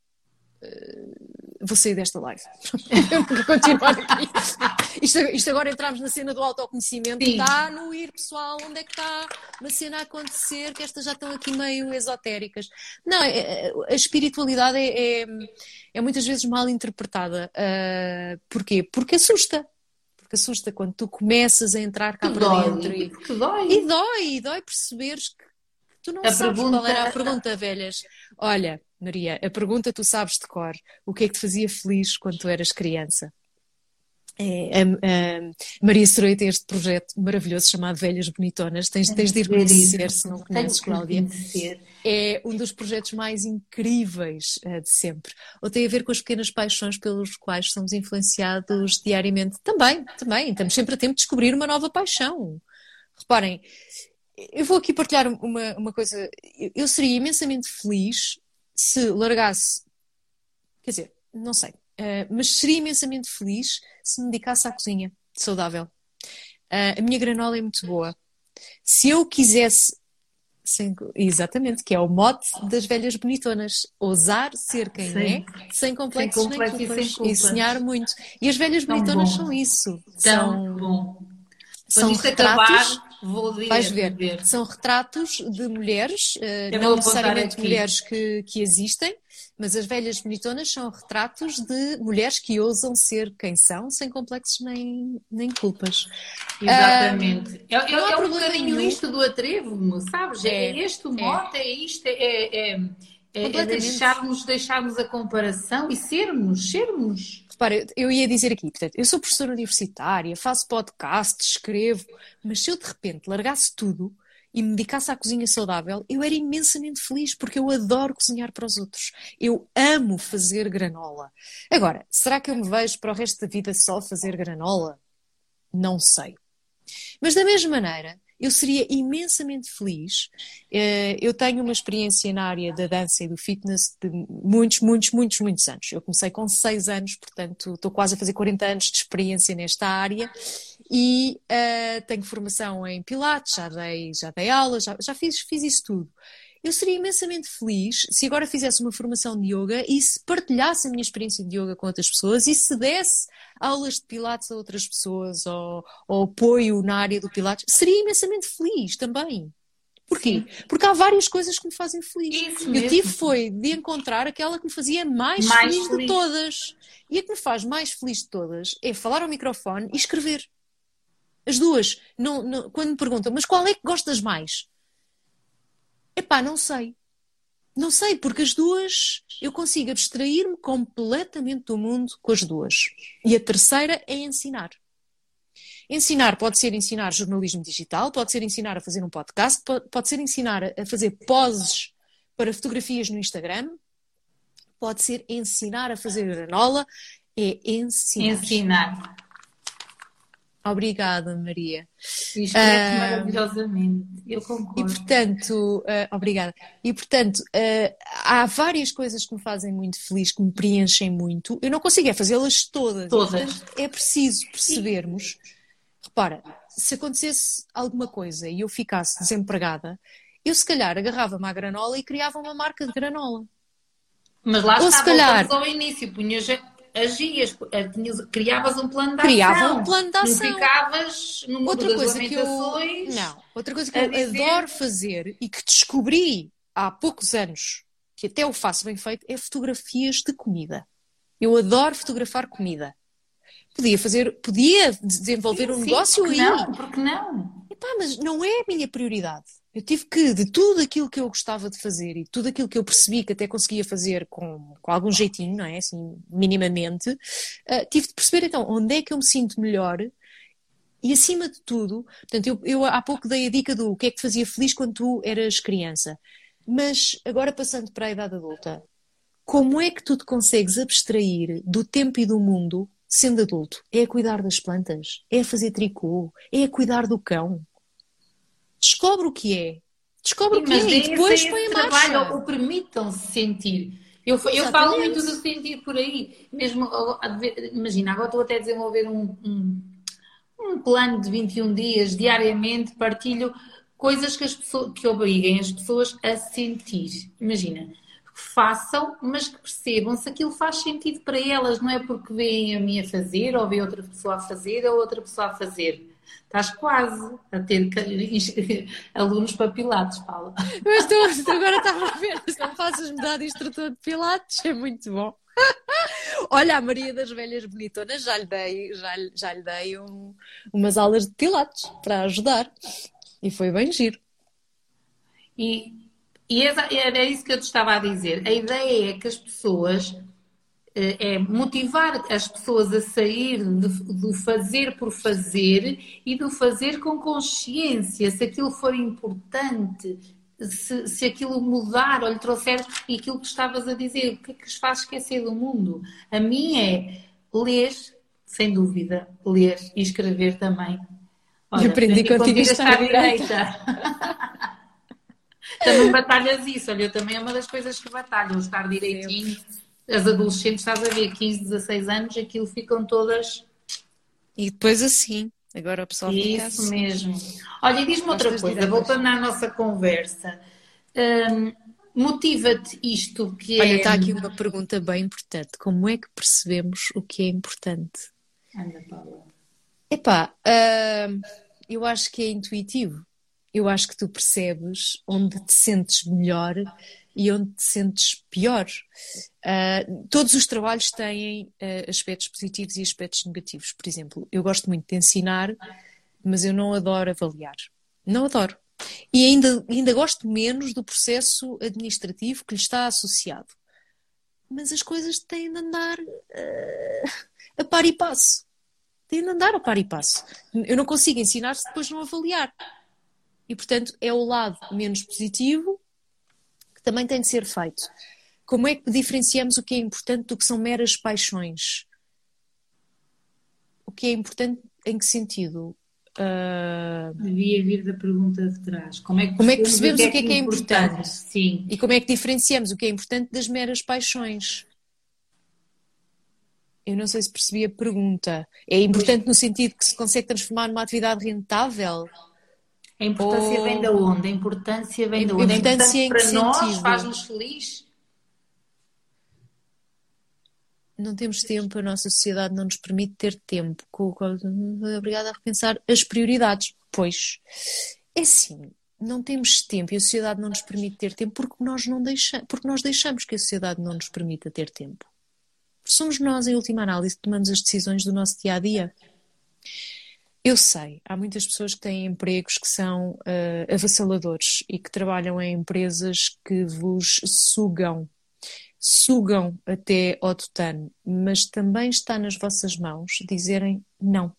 Vou sair desta live. Eu não vou continuar aqui. Isto, isto agora entramos na cena do autoconhecimento. Sim. Está no ir, pessoal. Onde é que está uma cena a acontecer? Que estas já estão aqui meio esotéricas. Não, é, a espiritualidade é, é, é muitas vezes mal interpretada. Uh, porquê? Porque assusta. Porque assusta quando tu começas a entrar cá Que para dói, dentro. E, que dói. e dói, e dói perceberes que tu não A sabes pergunta- qual era a pergunta, velhas. Olha, Maria, a pergunta tu sabes de cor. O que é que te fazia feliz quando tu eras criança? É, a, a Maria Seroia tem este projeto maravilhoso chamado Velhas Bonitonas. Tens, tens de ir conhecer, se não conheces, Tenho que Cláudia. conhecer. É um dos projetos mais incríveis uh, de sempre. Ou tem a ver com as pequenas paixões pelos quais somos influenciados diariamente. Também, também. Estamos sempre a tempo de descobrir uma nova paixão. Reparem, eu vou aqui partilhar uma, uma coisa. Eu seria imensamente feliz se largasse, quer dizer, não sei, uh, mas seria imensamente feliz se me dedicasse à cozinha saudável. Uh, a minha granola é muito boa. Se eu quisesse, sem, exatamente, que é o mote das velhas bonitonas, ousar ser quem Sim. é, sem complexos, Sem complexos nem e culpas, sem culpas. e sonhar muito. E as velhas Tão bonitonas bom. são isso. Tão são, bom. são Quando isto retratos. acabar, vou direto Vais ver, ver. são retratos de mulheres, eh, Eu não vou apontar necessariamente aqui. mulheres que, que existem, mas as velhas bonitonas são retratos de mulheres que ousam ser quem são, sem complexos nem, nem culpas. Exatamente. é é, não há é um problema bocadinho nenhum. isto do atrevo-me, sabes? É, É, é este o é. mote, é isto, é, é, é, é Completamente. deixarmos, deixarmos a comparação e sermos, sermos. Repara, eu- eu ia dizer aqui, portanto, eu sou professora universitária, faço podcast, escrevo, mas se eu de repente largasse tudo e me dedicasse à cozinha saudável, eu era imensamente feliz, porque eu adoro cozinhar para os outros. Eu amo fazer granola. Agora, será que eu me vejo para o resto da vida só fazer granola? Não sei. Mas da mesma maneira, eu seria imensamente feliz. Eh, Eu tenho uma experiência na área da dança e do fitness de muitos, muitos, muitos, muitos anos. Eu comecei com seis anos, portanto estou quase a fazer quarenta anos de experiência nesta área e eh, tenho formação em Pilates, já dei, já dei aulas, já, já fiz, fiz isso tudo. Eu seria imensamente feliz se agora fizesse uma formação de yoga e se partilhasse a minha experiência de yoga com outras pessoas e se desse aulas de Pilates a outras pessoas ou, ou apoio na área do Pilates. Seria imensamente feliz também. Porquê? Porque há várias coisas que me fazem feliz. Isso Eu mesmo. tive foi de encontrar aquela que me fazia mais, Mais feliz, feliz. de todas. E a que me faz mais feliz de todas é falar ao microfone e escrever. As duas. Não, não- quando me perguntam, mas qual é que gostas mais? Epá, não sei. Não sei, porque as duas eu consigo abstrair-me completamente do mundo com as duas. E a terceira é ensinar. Ensinar pode ser ensinar jornalismo digital, pode ser ensinar a fazer um podcast, pode, pode ser ensinar a a fazer poses para fotografias no Instagram, pode ser ensinar a fazer granola, é ensinar. Ensinar. Obrigada, Maria. E escreve Ah, maravilhosamente. Eu E concordo. portanto, ah, obrigada. E portanto, ah, há várias coisas que me fazem muito feliz, que me preenchem muito. Eu não consigo é fazê-las todas. E, Todas. portanto, é preciso percebermos. Repara, se acontecesse alguma coisa e eu ficasse desempregada, eu se calhar agarrava-me à granola e criava uma marca de granola. Mas lá Ou está, se calhar- voltamos ao início. Punhas, agias, tinhas, criavas um plano de Criava ação. um plano de Não ação. ficavas no mundo Outra das coisa que eu, lamentações. não, outra coisa que a eu dizer- adoro fazer e que descobri há poucos anos que até eu faço bem feito, é fotografias de comida. Eu adoro fotografar comida. Podia fazer, podia desenvolver Sim, um sim, negócio porque aí. não? Porque não? Epá, mas não é a minha prioridade. Eu tive que, de tudo aquilo que eu gostava de fazer e tudo aquilo que eu percebi que até conseguia fazer com, com algum jeitinho, não é? Assim, minimamente, uh, tive de perceber então onde é que eu me sinto melhor e acima de tudo, portanto, eu, eu há pouco dei a dica do o que é que te fazia feliz quando tu eras criança. Mas agora passando para a idade adulta, como é que tu te consegues abstrair do tempo e do mundo sendo adulto? É a cuidar das plantas? É a fazer tricô? É a cuidar do cão? Descobre o que é. Descobre Sim, o que mas é e deem esse, depois põe esse em trabalho, ou, marcha. ou permitam-se sentir. Eu, eu falo muito Exatamente. do sentir por aí. Mesmo, imagina, agora estou até a desenvolver um, um, um plano de vinte e um dias, diariamente, partilho coisas que, as pessoas, que obriguem as pessoas a sentir. Imagina, façam, mas que percebam se aquilo faz sentido para elas, não é porque veem a mim a fazer, ou veem outra pessoa a fazer, ou outra pessoa a fazer. Estás quase a ter alunos para Pilates, Paula. Mas tu, tu agora estava a ver, se não faças mudar de instrutor de Pilates, é muito bom. Olha, a Maria das Velhas Bonitonas já lhe dei, já, lhe- já lhe dei um- umas aulas de Pilates para ajudar. E foi bem giro. E, e era isso que eu te estava a dizer. A ideia é que as pessoas, é motivar as pessoas a sair de- do fazer por fazer e do fazer com consciência. Se aquilo for importante, se, se aquilo mudar ou lhe trouxer aquilo que estavas a dizer, o que é que os faz esquecer do mundo? A mim é ler, sem dúvida, ler e escrever também. Olha, Aprendi aprendi contigo a contigo a estar estar direita. direita. Também batalhas isso, olha, eu também é uma das coisas que batalho, estar Sempre. direitinho. As adolescentes, estás a ver, quinze, dezasseis anos, aquilo ficam todas. E depois assim. Agora o pessoal fica Isso assim. mesmo. Olha, e diz-me outra Costas coisa, direitas. voltando à nossa conversa. Hum, motiva-te isto que Olha, é. está aqui uma pergunta bem importante. Como é que percebemos o que é importante? Anda, Paula. Epá, hum, eu acho que é intuitivo. Eu acho que tu percebes onde te sentes melhor e onde te sentes pior. Uh, todos os trabalhos têm uh, aspectos positivos e aspectos negativos. Por exemplo, eu gosto muito de ensinar, mas eu não adoro avaliar. Não adoro. E ainda, ainda gosto menos do processo administrativo que lhe está associado. Mas as coisas têm de andar uh, a par e passo. Têm de andar a par e passo. Eu não consigo ensinar se depois não avaliar. E, portanto, é o lado menos positivo que também tem de ser feito. Como é que diferenciamos o que é importante do que são meras paixões? O que é importante em que sentido? Uh, Devia vir da pergunta de trás. Como é que como é que percebemos o percebemos que o é que é que que é é importante? importante? Sim. E como é que diferenciamos o que é importante das meras paixões? Eu não sei se percebi a pergunta. É Pois, importante no sentido que se consegue transformar numa atividade rentável? a importância vem Ou da onde? A importância a vem da onde? É importância importante em que para nós? sentido? Faz-nos feliz? Não temos tempo, a nossa sociedade não nos permite ter tempo. Com o qual obrigada a repensar as prioridades. Pois, é assim, não temos tempo e a sociedade não nos permite ter tempo porque nós, não deixa, porque nós deixamos que a sociedade não nos permita ter tempo. Somos nós, em última análise, que tomamos as decisões do nosso dia-a-dia. Eu sei, há muitas pessoas que têm empregos que são uh, avassaladores e que trabalham em empresas que vos sugam. Sugam até ao tutano, mas também está nas vossas mãos dizerem não.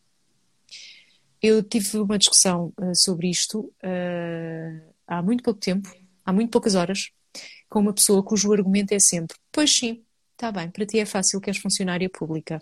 Eu tive uma discussão uh, sobre isto uh, há muito pouco tempo, há muito poucas horas, com uma pessoa cujo argumento é sempre: pois sim, está bem, para ti é fácil que és funcionária pública.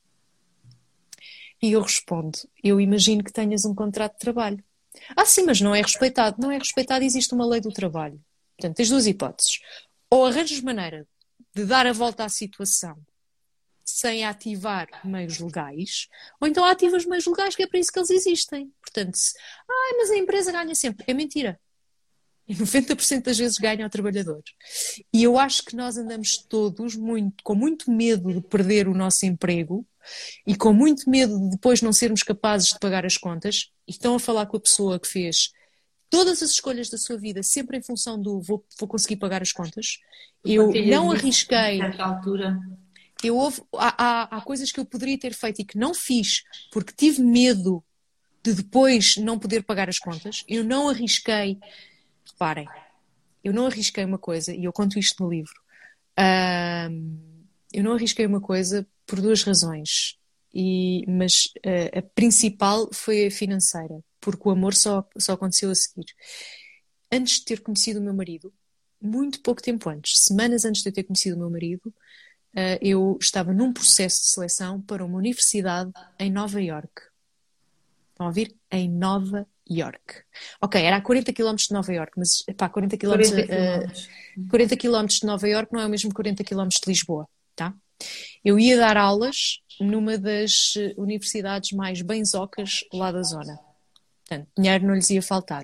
E eu respondo: eu imagino que tenhas um contrato de trabalho. Ah, sim, mas não é respeitado. Não é respeitado, existe uma lei do trabalho. Portanto, tens duas hipóteses. Ou arranjas maneira de dar a volta à situação sem ativar meios legais, ou então ativas meios legais, que é para isso que eles existem. Portanto, se, ah, mas a empresa ganha sempre. É mentira. E noventa por cento das vezes ganha o trabalhador. E eu acho que nós andamos todos muito, com muito medo de perder o nosso emprego e com muito medo de depois não sermos capazes de pagar as contas. E estão a falar com a pessoa que fez todas as escolhas da sua vida sempre em função do vou, vou conseguir pagar as contas. Eu não arrisquei. Nessa altura. Eu houve, há, há, há coisas que eu poderia ter feito e que não fiz porque tive medo de depois não poder pagar as contas. Eu não arrisquei. Reparem, eu não arrisquei uma coisa, e eu conto isto no livro. Uh, eu não arrisquei uma coisa por duas razões. E, mas uh, a principal foi a financeira, porque o amor só, só aconteceu a seguir. Antes de ter conhecido o meu marido, muito pouco tempo antes, semanas antes de eu ter conhecido o meu marido, uh, eu estava num processo de seleção para uma universidade em Nova Iorque. Estão a ouvir? Em Nova Iorque. Ok, era a quarenta quilómetros de Nova Iorque, mas pá, quarenta quilómetros, uh, quarenta quilómetros de Nova Iorque não é o mesmo que quarenta quilómetros de Lisboa, tá? Eu ia dar aulas numa das universidades mais benzocas lá da zona. Portanto, dinheiro não lhes ia faltar.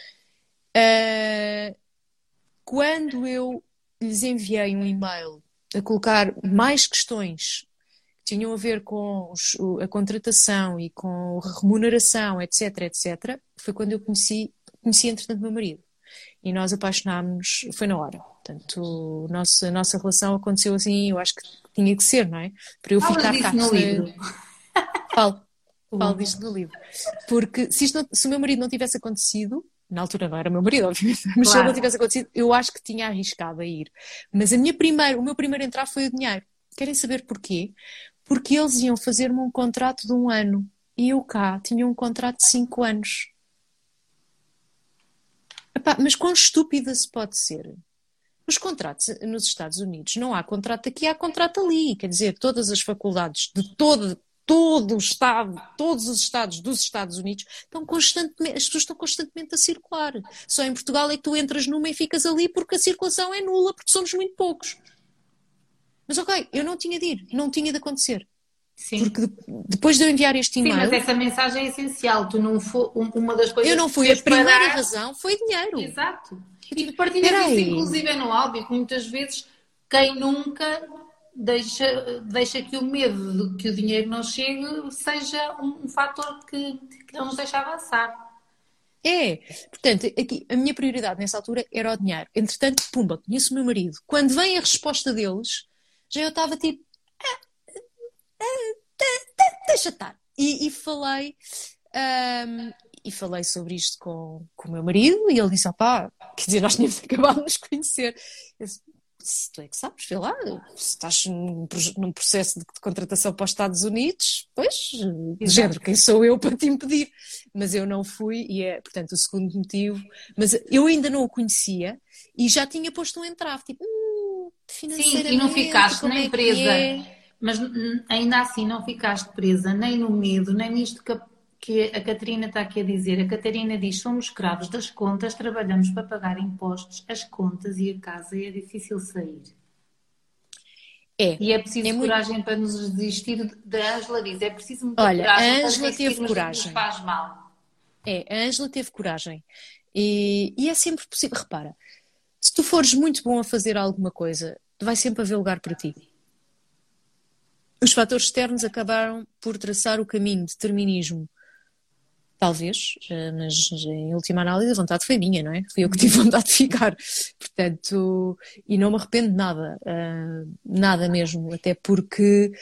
Uh, quando eu lhes enviei um e-mail a colocar mais questões que tinham a ver com os, a contratação e com a remuneração, etc, etcétera, foi quando eu conheci, conheci entretanto, meu marido. E nós apaixonámos-nos, foi na hora. Portanto, a nossa, a nossa relação aconteceu assim, eu acho que tinha que ser, não é? Para eu Fala ficar disso cá. no livro. Falo, falo disto no livro. Porque se, isto não, se o meu marido não tivesse acontecido, na altura não era meu marido, obviamente, mas claro, se ele não tivesse acontecido, eu acho que tinha arriscado a ir. Mas a minha primeira, o meu primeiro entrar foi o dinheiro. Querem saber porquê? Porque eles iam fazer-me um contrato de um ano e eu cá tinha um contrato de cinco anos. Epá, mas quão estúpida se pode ser? Os contratos nos Estados Unidos, não há contrato aqui, há contrato ali. Quer dizer, todas as faculdades de todo, todo o Estado, todos os Estados dos Estados Unidos, estão constantemente, as pessoas estão constantemente a circular. Só em Portugal é que tu entras numa e ficas ali porque a circulação é nula, porque somos muito poucos. Mas ok, eu não tinha de ir, não tinha de acontecer. Sim. Porque de, depois de eu enviar este e-mail... Sim, mas essa mensagem é essencial. Tu não foi, uma das coisas... Eu não fui, a primeira parar... razão foi dinheiro. Exato. E tu partilhas isso, inclusive, é no áudio, que muitas vezes quem nunca deixa, deixa que o medo de que o dinheiro não chegue seja um, um fator que, que não nos deixa avançar. É, portanto, aqui, a minha prioridade nessa altura era o dinheiro. Entretanto, pumba, conheço o meu marido. Quando vem a resposta deles, já eu estava tipo, ah, ah, deixa estar. E, e falei, um, e falei sobre isto com, com o meu marido e ele disse, opá, quer dizer, nós tínhamos acabado de nos conhecer. Eu disse, se tu é que sabes, vê lá, se estás num, num processo de, de contratação para os Estados Unidos, pois, de género, quem sou eu para te impedir? Mas eu não fui e é, portanto, o segundo motivo, mas eu ainda não o conhecia e já tinha posto um entrave, tipo, hum, financeiramente, sim, e não ficaste nem é presa, é? Mas ainda assim não ficaste presa, nem no medo, nem nisto que a, que a Catarina está aqui a dizer. A Catarina diz, somos escravos das contas, trabalhamos para pagar impostos, as contas e a casa e é difícil sair. É. E é preciso é coragem muito... para nos desistir da Ângela diz, é preciso muita Olha, coragem a Ângela para teve coragem. Nos faz mal. É, a Ângela teve coragem. E, e é sempre possível. Repara, se tu fores muito bom a fazer alguma coisa, vai sempre haver lugar para ti. Os fatores externos acabaram por traçar o caminho, determinismo. Talvez, mas em última análise a vontade foi minha, não é? Fui eu que tive vontade de ficar. Portanto, e não me arrependo de nada, uh, nada mesmo, até porque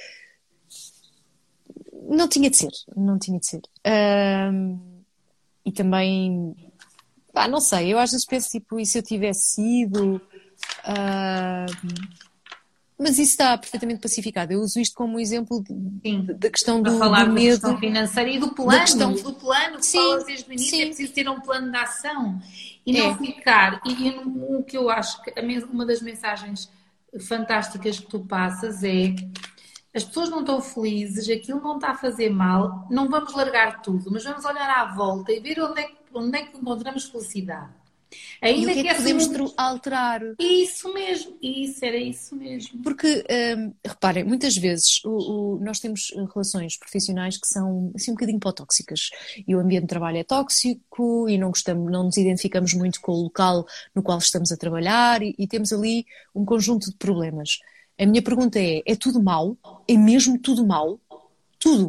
não tinha de ser, não tinha de ser. Uh, e também, pá, não sei, eu às vezes penso, tipo, e se eu tivesse ido... Uh, Mas isso está perfeitamente pacificado. Eu uso isto como exemplo da questão do, falar do da medo. questão financeira e do plano. Questão... Do plano que sim, falas desde o início, sim. é preciso ter um plano de ação. E não é. ficar... E, e o que eu acho que uma das mensagens fantásticas que tu passas é as pessoas não estão felizes, aquilo não está a fazer mal, não vamos largar tudo, mas vamos olhar à volta e ver onde é que, onde é que encontramos felicidade. Ainda e o que é que, que podemos muito... alterar? Isso mesmo, isso, era isso mesmo. Porque, hum, reparem, muitas vezes o, o, nós temos relações profissionais que são assim um bocadinho hipotóxicas e o ambiente de trabalho é tóxico e não gostamos, não nos identificamos muito com o local no qual estamos a trabalhar e, e temos ali um conjunto de problemas. A minha pergunta é, é tudo mau? É mesmo tudo mau? Tudo.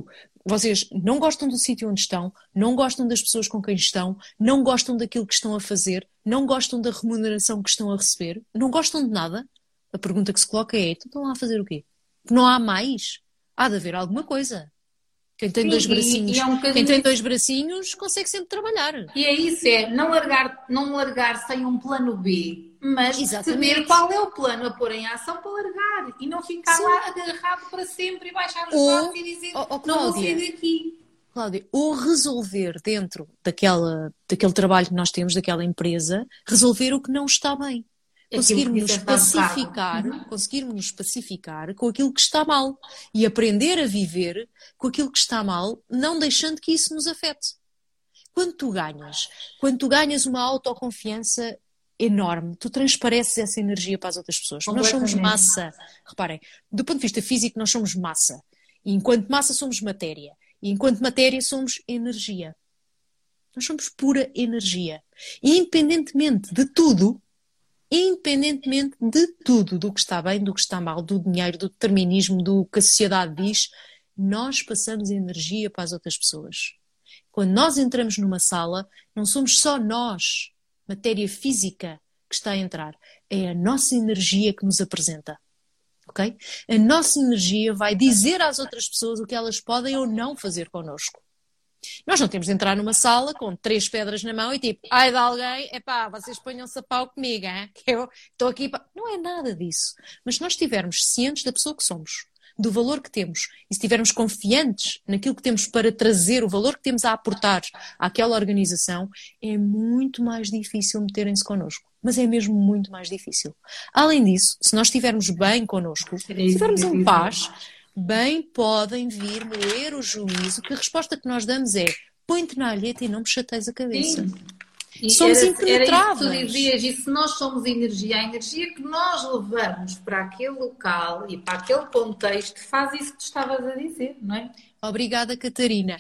Vocês não gostam do sítio onde estão, não gostam das pessoas com quem estão, não gostam daquilo que estão a fazer, não gostam da remuneração que estão a receber, não gostam de nada. A pergunta que se coloca é, então estão lá a fazer o quê? Não há mais? Há de haver alguma coisa. Quem tem Sim, dois e- bracinhos, e é um quem bocadinho tem isso. dois bracinhos consegue sempre trabalhar. E é isso, é não largar, não largar sem um plano B, mas perceber Exatamente. qual é o plano a pôr em ação para largar e não ficar Sim. lá agarrado para sempre e baixar os Ou- braços e dizer oh, oh, não vou Cláudia. sair daqui. Cláudia, ou resolver dentro daquela, daquele trabalho que nós temos, daquela empresa, resolver o que não está bem. Aquilo que Conseguirmos nos disseste há bocado. pacificar, Uhum. conseguirmos nos pacificar com aquilo que está mal e aprender a viver com aquilo que está mal, não deixando que isso nos afete. Quando tu ganhas, quando tu ganhas uma autoconfiança enorme, tu transpareces essa energia para as outras pessoas. Nós somos Completamente. massa. Reparem, do ponto de vista físico, nós somos massa. E enquanto massa somos matéria. E enquanto matéria somos energia. Nós somos pura energia. E independentemente de tudo, independentemente de tudo, do que está bem, do que está mal, do dinheiro, do determinismo, do que a sociedade diz, nós passamos energia para as outras pessoas. Quando nós entramos numa sala, não somos só nós, matéria física, que está a entrar. É a nossa energia que nos apresenta. Ok? A nossa energia vai dizer às outras pessoas o que elas podem ou não fazer connosco. Nós não temos de entrar numa sala com três pedras na mão e tipo, ai de alguém, epá, vocês ponham-se a pau comigo, hein? Que eu estou aqui para... Não é nada disso. Mas se nós estivermos cientes da pessoa que somos, do valor que temos, e se estivermos confiantes naquilo que temos para trazer, o valor que temos a aportar àquela organização, é muito mais difícil meterem-se connosco. Mas é mesmo muito mais difícil. Além disso, se nós estivermos bem connosco, se estivermos em paz, bem podem vir moer o juízo, que a resposta que nós damos é põe-te na alheta e não me chateies a cabeça. Sim. E Somos era, era isso que tu impenetráveis. dizias, e se nós somos energia, a energia que nós levamos para aquele local e para aquele contexto faz isso que tu estavas a dizer, não é? Obrigada, Catarina.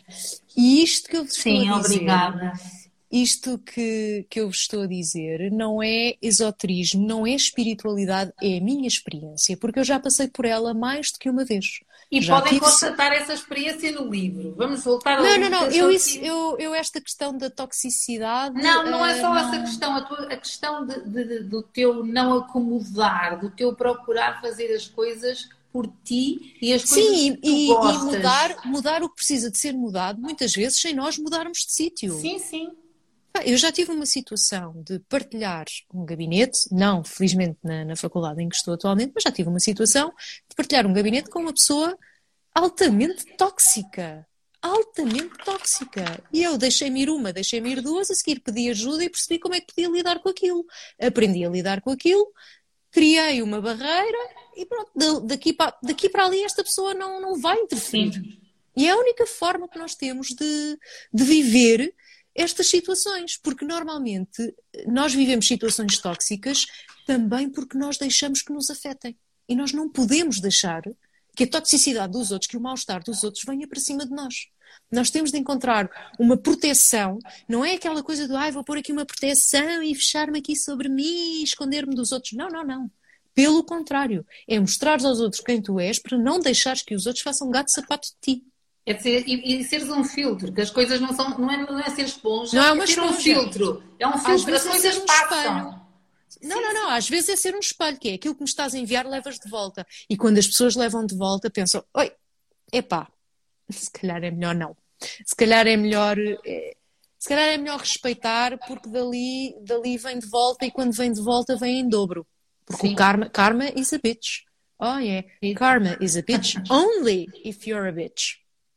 E isto que eu vos estou Sim, a dizer, obrigada. isto que, que eu vos estou a dizer não é esoterismo, não é espiritualidade, é a minha experiência, porque eu já passei por ela mais do que uma vez. E Já podem tive- constatar essa experiência no livro. Vamos voltar ao Não, livro. não, não, que eu, sou isso, assim. eu, eu esta questão da toxicidade... Não, não é eh, só não- essa questão. A, tua- a questão de- de- de- do teu não acomodar, do teu procurar fazer as coisas por ti e as coisas Sim, que tu e, e gostas. mudar, mudar o que precisa de ser mudado, muitas vezes sem nós mudarmos de sítio. Sim, sim. Pá, eu já tive uma situação de partilhar um gabinete, não felizmente na, na faculdade em que estou atualmente, mas já tive uma situação de partilhar um gabinete com uma pessoa altamente tóxica. Altamente tóxica. E eu deixei-me ir uma, deixei-me ir duas, a seguir pedi ajuda e percebi como é que podia lidar com aquilo. Aprendi a lidar com aquilo, criei uma barreira e pronto, da- daqui para, daqui para ali esta pessoa não, não vai interferir. Sim. E é a única forma que nós temos de, de viver estas situações, porque normalmente nós vivemos situações tóxicas também porque nós deixamos que nos afetem. E nós não podemos deixar que a toxicidade dos outros, que o mal-estar dos outros venha para cima de nós. Nós temos de encontrar uma proteção, não é aquela coisa do ai, vou pôr aqui uma proteção e fechar-me aqui sobre mim e esconder-me dos outros. Não, não, não. Pelo contrário, é mostrar aos outros quem tu és para não deixares que os outros façam gato-sapato de ti. É ser, e, e seres um filtro, que as coisas não são, não é, não é ser esponja, Não é uma ser um esponja. filtro. É um filtro, as vezes é coisas ser um passam. espelho. Não, não, não. Às vezes é ser um espelho, que é aquilo que me estás a enviar, levas de volta. E quando as pessoas levam de volta, pensam, oi, epá, se calhar é melhor não. Se calhar é melhor, é, se calhar é melhor respeitar, porque dali, dali vem de volta e quando vem de volta vem em dobro. Porque Sim. o karma, karma is a bitch. Oh yeah, Sim. karma is a bitch only if you're a bitch.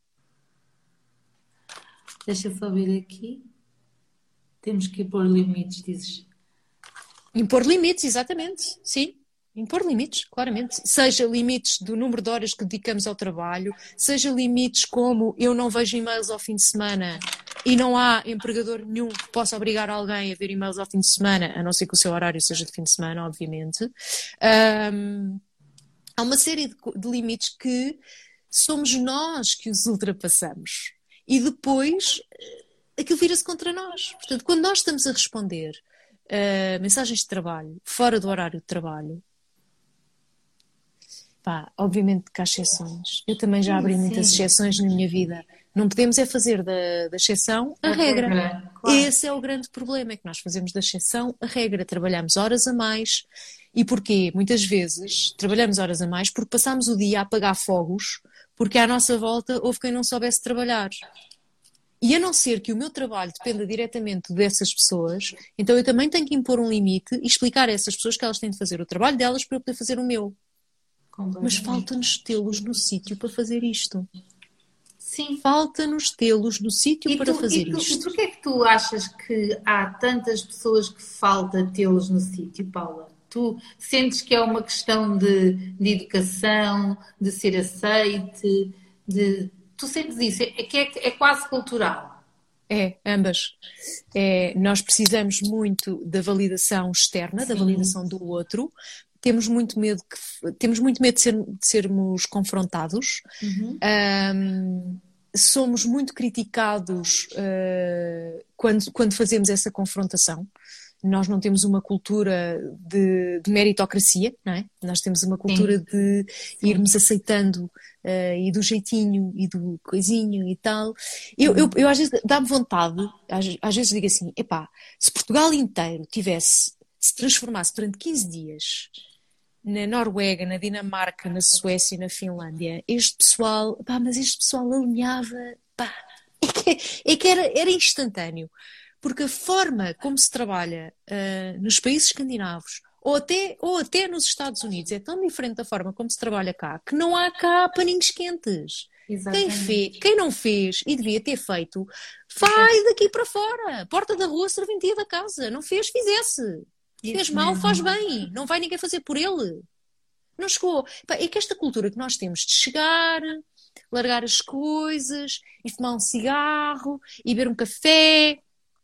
Deixa eu só ver aqui. Temos que pôr limites, dizes. Impor limites, exatamente, sim. Impor limites, claramente. Seja limites do número de horas que dedicamos ao trabalho, seja limites como eu não vejo e-mails ao fim de semana e não há empregador nenhum que possa obrigar alguém a ver e-mails ao fim de semana, a não ser que o seu horário seja de fim de semana, obviamente. Ahm, há uma série de, de limites que somos nós que os ultrapassamos. E depois aquilo vira-se contra nós. Portanto, quando nós estamos a responder uh, mensagens de trabalho fora do horário de trabalho, Pá, obviamente que há exceções. Eu também já abri Sim, muitas sim. exceções na minha vida. Não podemos é fazer da, da exceção a A regra. regra, claro. Esse é o grande problema, é que nós fazemos da exceção a regra. Trabalhamos horas a mais. E porquê? Muitas vezes trabalhamos horas a mais porque passamos o dia a apagar fogos, porque à nossa volta houve quem não soubesse trabalhar. E a não ser que o meu trabalho dependa diretamente dessas pessoas, então eu também tenho que impor um limite e explicar a essas pessoas que elas têm de fazer o trabalho delas para eu poder fazer o meu. Mas falta-nos tê-los no sítio para fazer isto. Sim. Falta-nos tê-los no sítio E para tu, fazer e tu, e isto. porquê é que tu achas que há tantas pessoas que falta tê-los no sítio, Paula? Tu sentes que é uma questão de, de educação, de ser aceite, de... Tu sentes isso? É que é, é quase cultural. É, ambas. É, nós precisamos muito da validação externa, da Sim. validação do outro. Temos muito medo, que, temos muito medo de, ser, de sermos confrontados. Uhum. Um, somos muito criticados uh, quando, quando fazemos essa confrontação. Nós não temos uma cultura de, de meritocracia, não é? Nós temos uma cultura Sim. de irmos aceitando uh, e do jeitinho e do coisinho e tal. Eu, uhum. eu, eu às vezes dá-me vontade, às, às vezes digo assim, epá, se Portugal inteiro tivesse, se transformasse durante quinze dias na Noruega, na Dinamarca, na Suécia e na Finlândia, este pessoal, pá, mas este pessoal alinhava, pá, é que, é que era, era instantâneo. Porque a forma como se trabalha uh, nos países escandinavos ou até, ou até nos Estados Unidos é tão diferente da forma como se trabalha cá que não há cá paninhos quentes. Quem, fez, quem não fez e devia ter feito, vai daqui para fora, porta da rua, serventia da casa. Não fez, fizesse. Fez mal, faz bem. Não vai ninguém fazer por ele. Não chegou. É que esta cultura que nós temos de chegar, largar as coisas, e fumar um cigarro, e beber um café.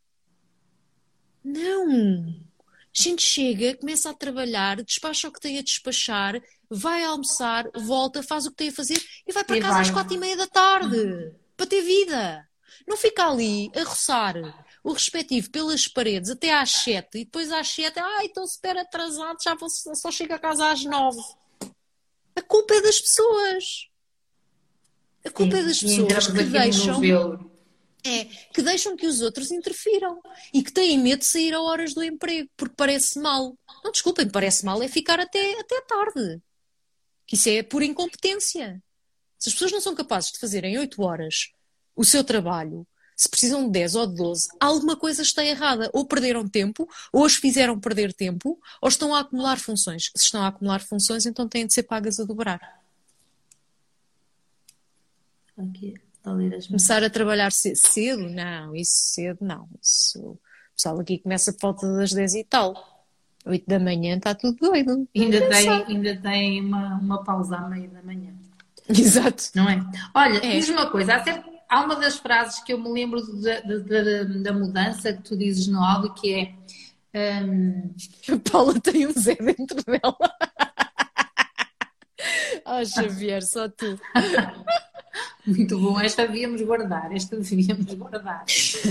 Não! A gente chega, começa a trabalhar, despacha o que tem a despachar, vai almoçar, volta, faz o que tem a fazer e vai para e casa vai. às quatro e meia da tarde, para ter vida. Não fica ali a roçar o respectivo pelas paredes até às sete e depois às sete, ai, estou super atrasado, já vou, só chego a casa às nove. A culpa é das pessoas. A culpa Sim, é das pessoas que deixam... É, que deixam que os outros interfiram e que têm medo de sair a horas do emprego, porque parece mal. Não, desculpem, parece mal é ficar até, até tarde. Que isso é por incompetência. Se as pessoas não são capazes de fazer em oito horas o seu trabalho, se precisam de dez ou de doze, alguma coisa está errada. Ou perderam tempo, ou as fizeram perder tempo, ou estão a acumular funções. Se estão a acumular funções, então têm de ser pagas a dobrar. Ok. Começar a trabalhar cedo? Não, isso cedo não. Isso... O pessoal aqui começa por volta das dez e tal. oito da manhã está tudo doido. Ainda tem, ainda tem uma, uma pausa à meia da manhã. Exato. Não é? Olha, é. diz-me uma coisa. Há, certo, há uma das frases que eu me lembro da, da, da mudança que tu dizes no áudio que é... Um... A Paula tem um Zé dentro dela. Ah, Xavier, só tu. Muito bom, esta devíamos guardar, esta devíamos guardar.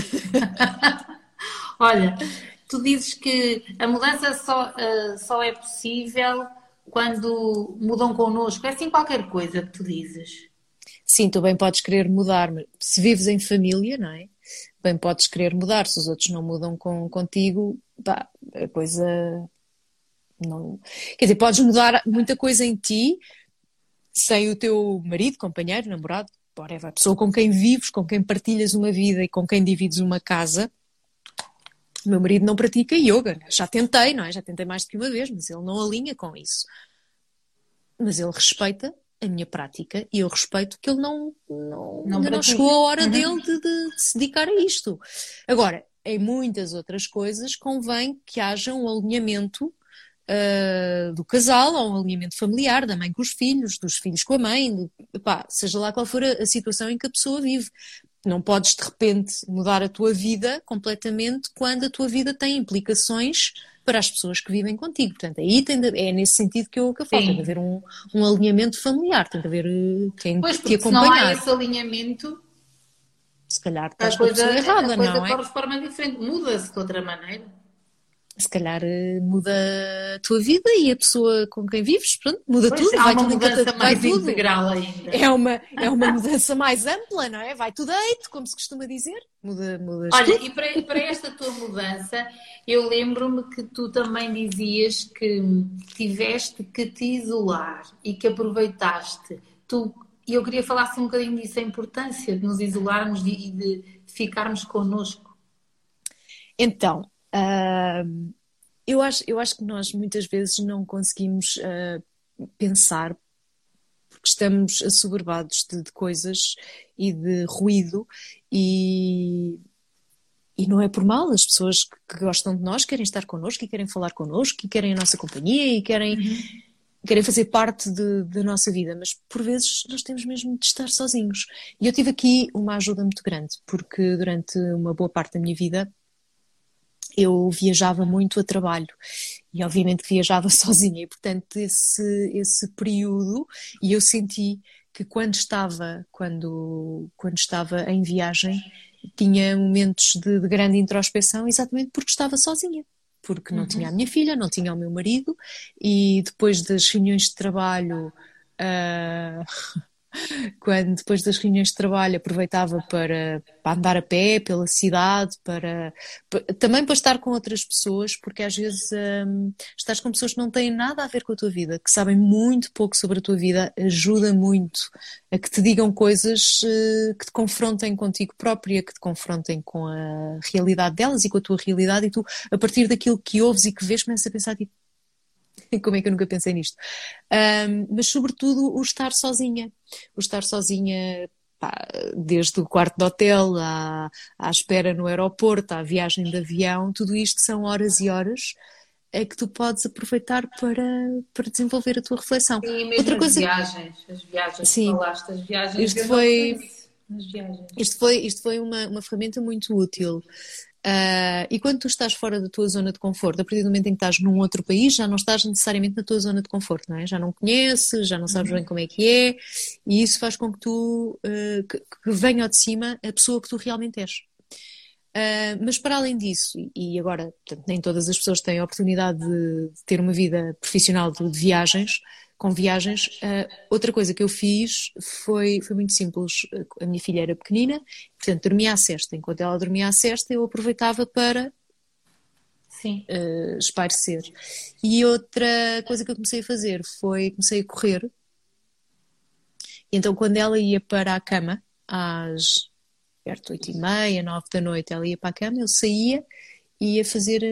Olha, tu dizes que a mudança só, uh, só é possível quando mudam connosco. É assim qualquer coisa que tu dizes. Sim, tu bem podes querer mudar, mas se vives em família, não é? Bem podes querer mudar, se os outros não mudam com, contigo, pá, a coisa... Não... Quer dizer, podes mudar muita coisa em ti sem o teu marido, companheiro, namorado, whatever, a pessoa com quem vives, com quem partilhas uma vida e com quem divides uma casa. O meu marido não pratica yoga, já tentei, não é? Já tentei mais do que uma vez, mas ele não alinha com isso. Mas ele respeita a minha prática e eu respeito que ele não, não, não, ainda não chegou a hora uhum. dele de, de, de se dedicar a isto. Agora, em muitas outras coisas convém que haja um alinhamento Uh, do casal, ou um alinhamento familiar, da mãe com os filhos, dos filhos com a mãe, de, pá, seja lá qual for a, a situação em que a pessoa vive. Não podes de repente mudar a tua vida completamente quando a tua vida tem implicações para as pessoas que vivem contigo. Portanto, aí tem de, é nesse sentido que eu, que eu falo, tem de haver um, um alinhamento familiar, tem de haver quem pois, te acompanhar. Se não há esse alinhamento, se calhar estás a com a coisa, pessoa errada, a coisa não é? corre de forma diferente, muda-se de outra maneira. se calhar eh, muda a tua vida e a pessoa com quem vives, pronto, muda Pois, tudo, há vai uma tudo em mudança cata- vai mais tudo. integral ainda. É uma, é uma mudança mais ampla, não é? Vai tudo eito, como se costuma dizer. Muda, mudas Olha, tudo. e para, para esta tua mudança, eu lembro-me que tu também dizias que tiveste que te isolar e que aproveitaste. Tu, e eu queria falar um bocadinho disso, a importância de nos isolarmos e de, de ficarmos connosco. Então, ah, eu acho, eu acho que nós muitas vezes não conseguimos ah, pensar porque estamos assoberbados de, de coisas e de ruído e, e não é por mal. As pessoas que, que gostam de nós querem estar connosco e querem falar connosco e querem a nossa companhia e querem, querem fazer parte de- da nossa vida, mas por vezes nós temos mesmo de estar sozinhos. E eu tive aqui uma ajuda muito grande, porque durante uma boa parte da minha vida eu viajava muito a trabalho e obviamente que viajava sozinha e portanto esse, esse período, e eu senti que quando estava, quando, quando estava em viagem tinha momentos de, de grande introspeção exatamente porque estava sozinha. Porque não tinha a minha filha, não tinha o meu marido, e depois das reuniões de trabalho, ah, quando depois das reuniões de trabalho aproveitava para, para andar a pé pela cidade, para, pa- também para estar com outras pessoas, porque às vezes hum, estás com pessoas que não têm nada a ver com a tua vida, que sabem muito pouco sobre a tua vida, ajuda muito a que te digam coisas eh, que te confrontem contigo própria, que te confrontem com a realidade delas e com a tua realidade, e tu, a partir daquilo que ouves e que vês, começas a pensar tipo, como é que eu nunca pensei nisto? Ahm, mas sobretudo o estar sozinha. O estar sozinha, pá, desde o quarto de hotel à, à espera no aeroporto, à viagem de avião, tudo isto são horas e horas é que tu podes aproveitar para, para desenvolver a tua reflexão. E mesmo Outra as coisa, viagens, as viagens que sim, falaste, as viagens, isto eu noto foi, isso nas viagens. isto foi, isto foi uma, uma ferramenta muito útil. Ah, e quando tu estás fora da tua zona de conforto, a partir do momento em que estás num outro país, já não estás necessariamente na tua zona de conforto, não é? Já não conheces, já não sabes bem como é que é, e isso faz com que tu, ah, que, que venha ao de cima a pessoa que tu realmente és. Ah, mas para além disso, e e agora, portanto, nem todas as pessoas têm a oportunidade de, de ter uma vida profissional de, de viagens, com viagens, ah, outra coisa que eu fiz foi, foi muito simples. A minha filha era pequenina, portanto dormia à sesta. Enquanto ela dormia à sesta, eu aproveitava para Sim. ah, espairecer. E outra coisa que eu comecei a fazer foi, comecei a correr. E então quando ela ia para a cama, às perto de oito e meia, nove da noite, ela ia para a cama, eu saía e ia fazer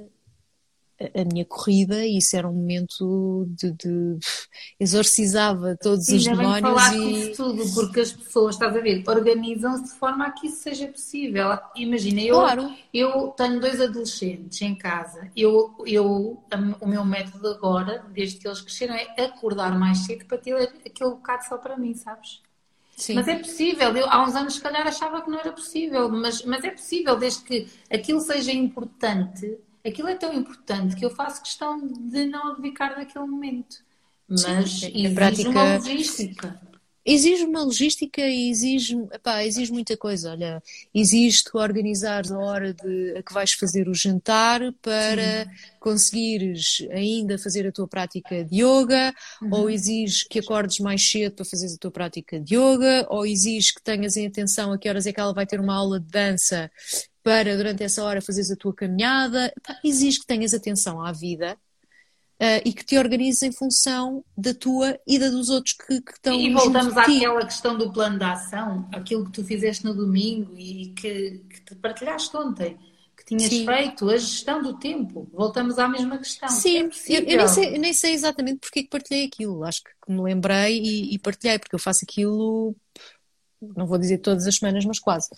eh, a, a minha corrida, e isso era um momento de, de exorcizava todos os Ainda bem que demónios falaste isso e tudo, porque as pessoas, estás a ver, organizam-se de forma a que isso seja possível. Imagina, eu, claro, eu tenho dois adolescentes em casa. Eu, eu, o meu método agora, desde que eles cresceram, é acordar mais cedo para ter aquele bocado só para mim, sabes? Mas sim. é possível. Eu, há uns anos, se calhar, achava que não era possível, mas, mas é possível, desde que aquilo seja importante. Aquilo é tão importante que eu faço questão de não abdicar daquele momento. Sim, Mas a a exige uma prática logística. exige uma logística e exige, epá, exige muita coisa. Olha, exige tu organizares a hora de, a que vais fazer o jantar Sim. para conseguires ainda fazer a tua prática de yoga, ou exige que acordes mais cedo para fazeres a tua prática de yoga, ou exige que tenhas em atenção a que horas é que ela vai ter uma aula de dança para durante essa hora fazeres a tua caminhada. Epá, exige que tenhas atenção à vida. Uh, e que te organizes em função da tua e da dos outros que, que E estão junto voltamos de ti. àquela questão do plano de ação, aquilo que tu fizeste no domingo e que, que te partilhaste ontem, que tinhas Sim, feito, a gestão do tempo. Voltamos à mesma questão. É sim. Eu, eu nem possível. sei, eu nem sei exatamente porque é que partilhei aquilo. Acho que me lembrei e, e partilhei, porque eu faço aquilo, não vou dizer todas as semanas, mas quase.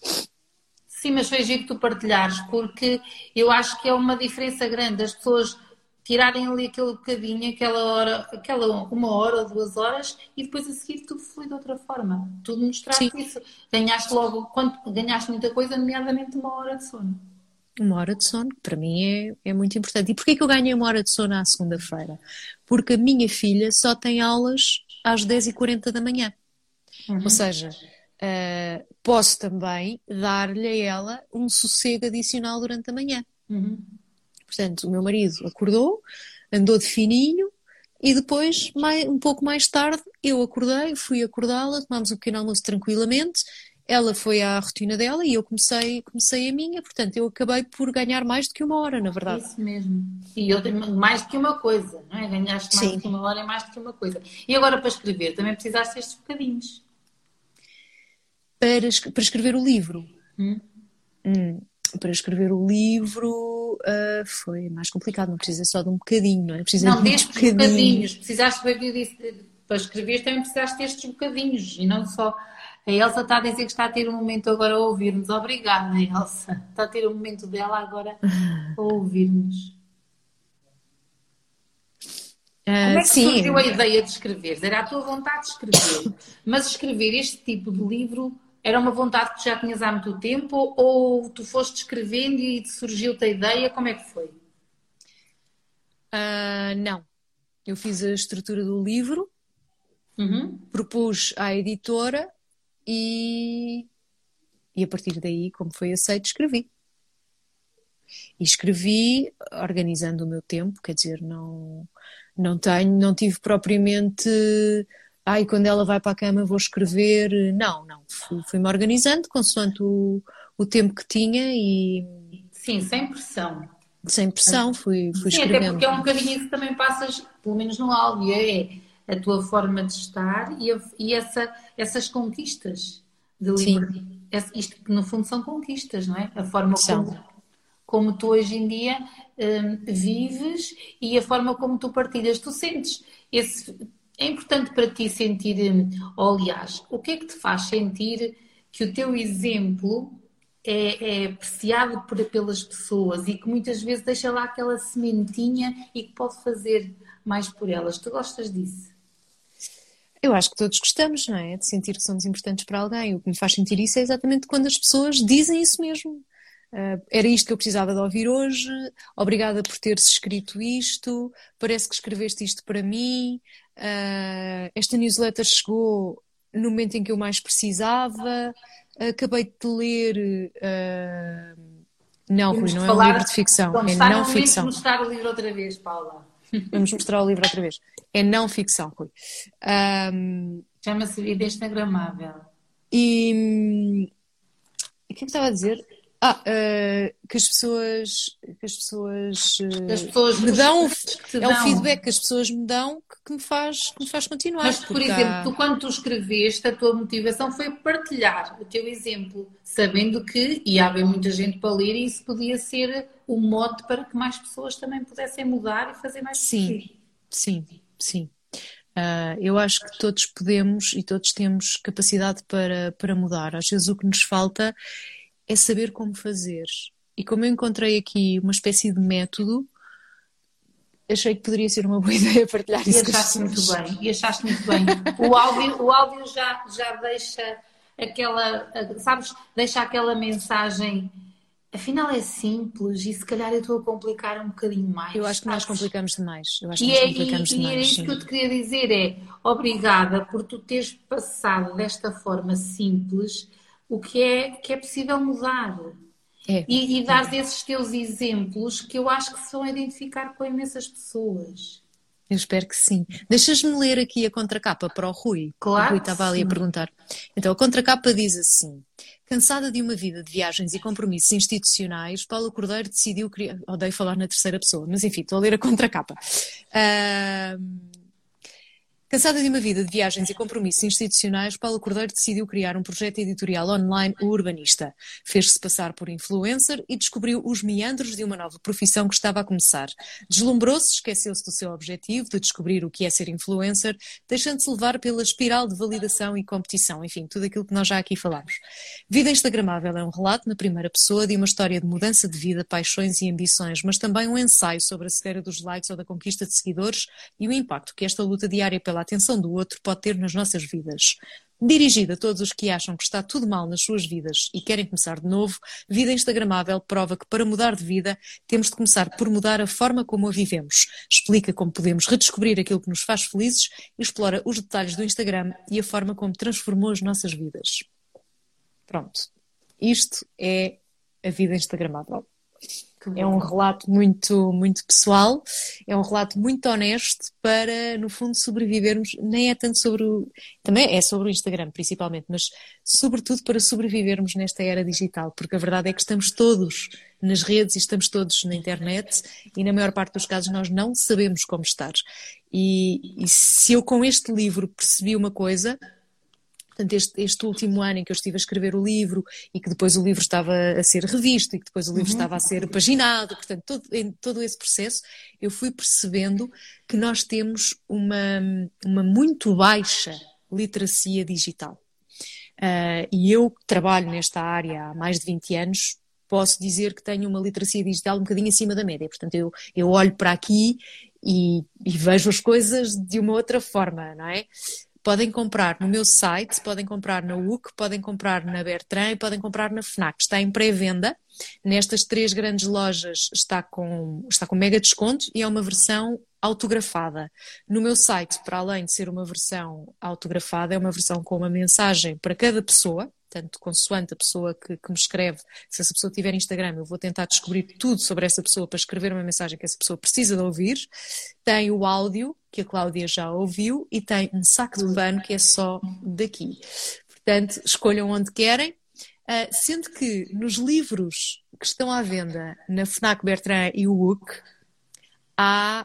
Sim, mas foi giro que tu partilhares, porque eu acho que é uma diferença grande as pessoas tirarem ali aquele bocadinho, aquela hora, aquela uma hora ou duas horas e depois a seguir tudo flui de outra forma. Tu Sim, mostraste isso. Ganhaste logo, quando ganhaste muita coisa, nomeadamente uma hora de sono. uma hora de sono, que para mim é, é muito importante. E porquê que eu ganhei uma hora de sono à segunda-feira? Porque a minha filha só tem aulas às dez e quarenta da manhã. Ou seja, uh, posso também dar-lhe a ela um sossego adicional durante a manhã. Uhum. Portanto, o meu marido acordou, andou de fininho e depois, mais, um pouco mais tarde, eu acordei, fui acordá-la, tomámos um pequeno almoço tranquilamente, ela foi à rotina dela e eu comecei, comecei a minha, portanto, eu acabei por ganhar mais do que uma hora, na verdade. Isso mesmo. E eu tenho mais do que uma coisa, não é? Ganhaste mais Sim. do que uma hora é mais do que uma coisa. E agora para escrever, também precisaste destes bocadinhos. Para, es- para escrever o livro. Hum? Hum, para escrever o livro ah, foi mais complicado, não precisei só de um bocadinho, não é? Precisei de Não, muitos destes bocadinhos. bocadinhos. Precisaste, eu disse, para escrever também precisaste destes bocadinhos. E não só. A Elsa está a dizer que está a ter um momento agora a ouvir-nos. Obrigada, Elsa. Está a ter um momento dela agora a ouvir-nos. Ah, Como é que sim, surgiu a ideia de escrever? Era a tua vontade de escrever. Mas escrever este tipo de livro era uma vontade que tu já tinhas há muito tempo? Ou tu foste escrevendo e surgiu-te a ideia? Como é que foi? ah, não. Eu fiz a estrutura do livro, Uhum. propus à editora e, e a partir daí, como foi aceito, escrevi. E escrevi organizando o meu tempo, quer dizer, não, não tenho, não tive propriamente, ai, quando ela vai para a cama vou escrever. Não, não. Fui- Fui-me organizando consoante o, o tempo que tinha e Sim, sem pressão. sem pressão fui, fui Sim, até porque escrevendo. é um bocadinho isso que também passas, pelo menos no áudio, é a tua forma de estar e, a- e essa, essas conquistas de Sim, liberdade. Esse- Isto que no fundo são conquistas, não é? A forma são. como, como tu hoje em dia hum, vives e a forma como tu partilhas. Tu sentes esse. É importante para ti sentir, hum, ou, aliás, o que é que te faz sentir que o teu exemplo é, é apreciado por- pelas pessoas e que muitas vezes deixa lá aquela sementinha e que pode fazer mais por elas? Tu gostas disso? Eu acho que todos gostamos, não é? De sentir que somos importantes para alguém. O que me faz sentir isso é exatamente quando as pessoas dizem isso mesmo. Ah, era isto que eu precisava de ouvir hoje. Obrigada por teres escrito isto. Parece que escreveste isto para mim. Ah, esta newsletter chegou no momento em que eu mais precisava. Acabei de te ler. ah, Não, Rui, Temos que não é um livro de falar. ficção, Vamos é estar não no momento de ficção. mostrar o livro outra vez, Paula. Vamos mostrar o livro outra vez. É não ficção, Rui. Ah, Chama-se Vida Instagramável. E o que é que eu estava a dizer? Ah, eh, que as pessoas, que as pessoas As eh, pessoas, me os dão, feedbacks que te é o dão. feedback que as pessoas me dão que, que me faz, que me faz continuar, Mas, por porque exemplo, há, tu quando tu escreveste, a tua motivação foi partilhar o teu exemplo, sabendo que ia haver muita gente para ler e isso podia ser o mote para que mais pessoas também pudessem mudar e fazer mais por sim, si. sim, sim. Ah, eu acho que todos podemos e todos temos capacidade para, para mudar. Às vezes o que nos falta é saber como fazer. E como eu encontrei aqui uma espécie de método, achei que poderia ser uma boa ideia partilhar E isso com as achaste muito pessoas. bem, e achaste muito bem. O áudio, o áudio já, já deixa aquela, sabes, deixa aquela mensagem, afinal é simples e se calhar eu estou a complicar um bocadinho mais, Eu acho que nós sabes? complicamos demais. Eu acho que E, nós é, complicamos e, e era demais, isso sim. que eu te queria dizer, é obrigada por tu teres passado desta forma simples o que é, que é possível mudar. É, E, e é. dares esses teus exemplos que eu acho que se vão identificar com imensas pessoas. Eu espero que sim. Deixas-me ler aqui a contracapa para o Rui. O Rui Claro que estava ali a sim. perguntar. Então, a contracapa diz assim: cansada de uma vida de viagens e compromissos institucionais, Paula Cordeiro decidiu criar. Odeio falar na terceira pessoa, mas enfim, estou a ler a contracapa. Ahm, Cansada de uma vida de viagens e compromissos institucionais, Paula Cordeiro decidiu criar um projeto editorial online, o Urbanista. Fez-se passar por influencer e descobriu os meandros de uma nova profissão que estava a começar. Deslumbrou-se, esqueceu-se do seu objetivo de descobrir o que é ser influencer, deixando-se levar pela espiral de validação e competição. Enfim, tudo aquilo que nós já aqui falámos. Vida Instagramável é um relato na primeira pessoa de uma história de mudança de vida, paixões e ambições, mas também um ensaio sobre a cegueira dos likes ou da conquista de seguidores e o impacto que esta luta diária pela atenção do outro pode ter nas nossas vidas. Dirigida a todos os que acham que está tudo mal nas suas vidas e querem começar de novo, Vida Instagramável prova que para mudar de vida temos de começar por mudar a forma como a vivemos. Explica como podemos redescobrir aquilo que nos faz felizes e explora os detalhes do Instagram e a forma como transformou as nossas vidas. Pronto. Isto é a Vida Instagramável. É um relato muito, muito pessoal, é um relato muito honesto para, no fundo, sobrevivermos, nem é tanto sobre o... Também é sobre o Instagram, principalmente, mas sobretudo para sobrevivermos nesta era digital, porque a verdade é que estamos todos nas redes e estamos todos na internet e na maior parte dos casos nós não sabemos como estar. E, e se eu com este livro percebi uma coisa... Portanto, este, este último ano em que eu estive a escrever o livro e que depois o livro estava a ser revisto e que depois o livro uhum. estava a ser paginado, portanto, todo, em todo esse processo, eu fui percebendo que nós temos uma, uma muito baixa literacia digital. Uh, e eu trabalho nesta área há mais de vinte anos, posso dizer que tenho uma literacia digital um bocadinho acima da média. Portanto, eu, eu olho para aqui e, e vejo as coisas de uma outra forma, não é? Podem comprar no meu site, podem comprar na U C, podem comprar na Bertrand e podem comprar na FNAC. Está em pré-venda. Nestas três grandes lojas está com, está com mega desconto e é uma versão autografada. No meu site, para além de ser uma versão autografada, é uma versão com uma mensagem para cada pessoa, tanto consoante a pessoa que, que me escreve. Se essa pessoa tiver Instagram, eu vou tentar descobrir tudo sobre essa pessoa para escrever uma mensagem que essa pessoa precisa de ouvir. Tem o áudio, que a Cláudia já ouviu, e tem um saco de pano que é só daqui. Portanto, escolham onde querem, uh, sendo que nos livros que estão à venda na FNAC, Bertrand e o U C, há,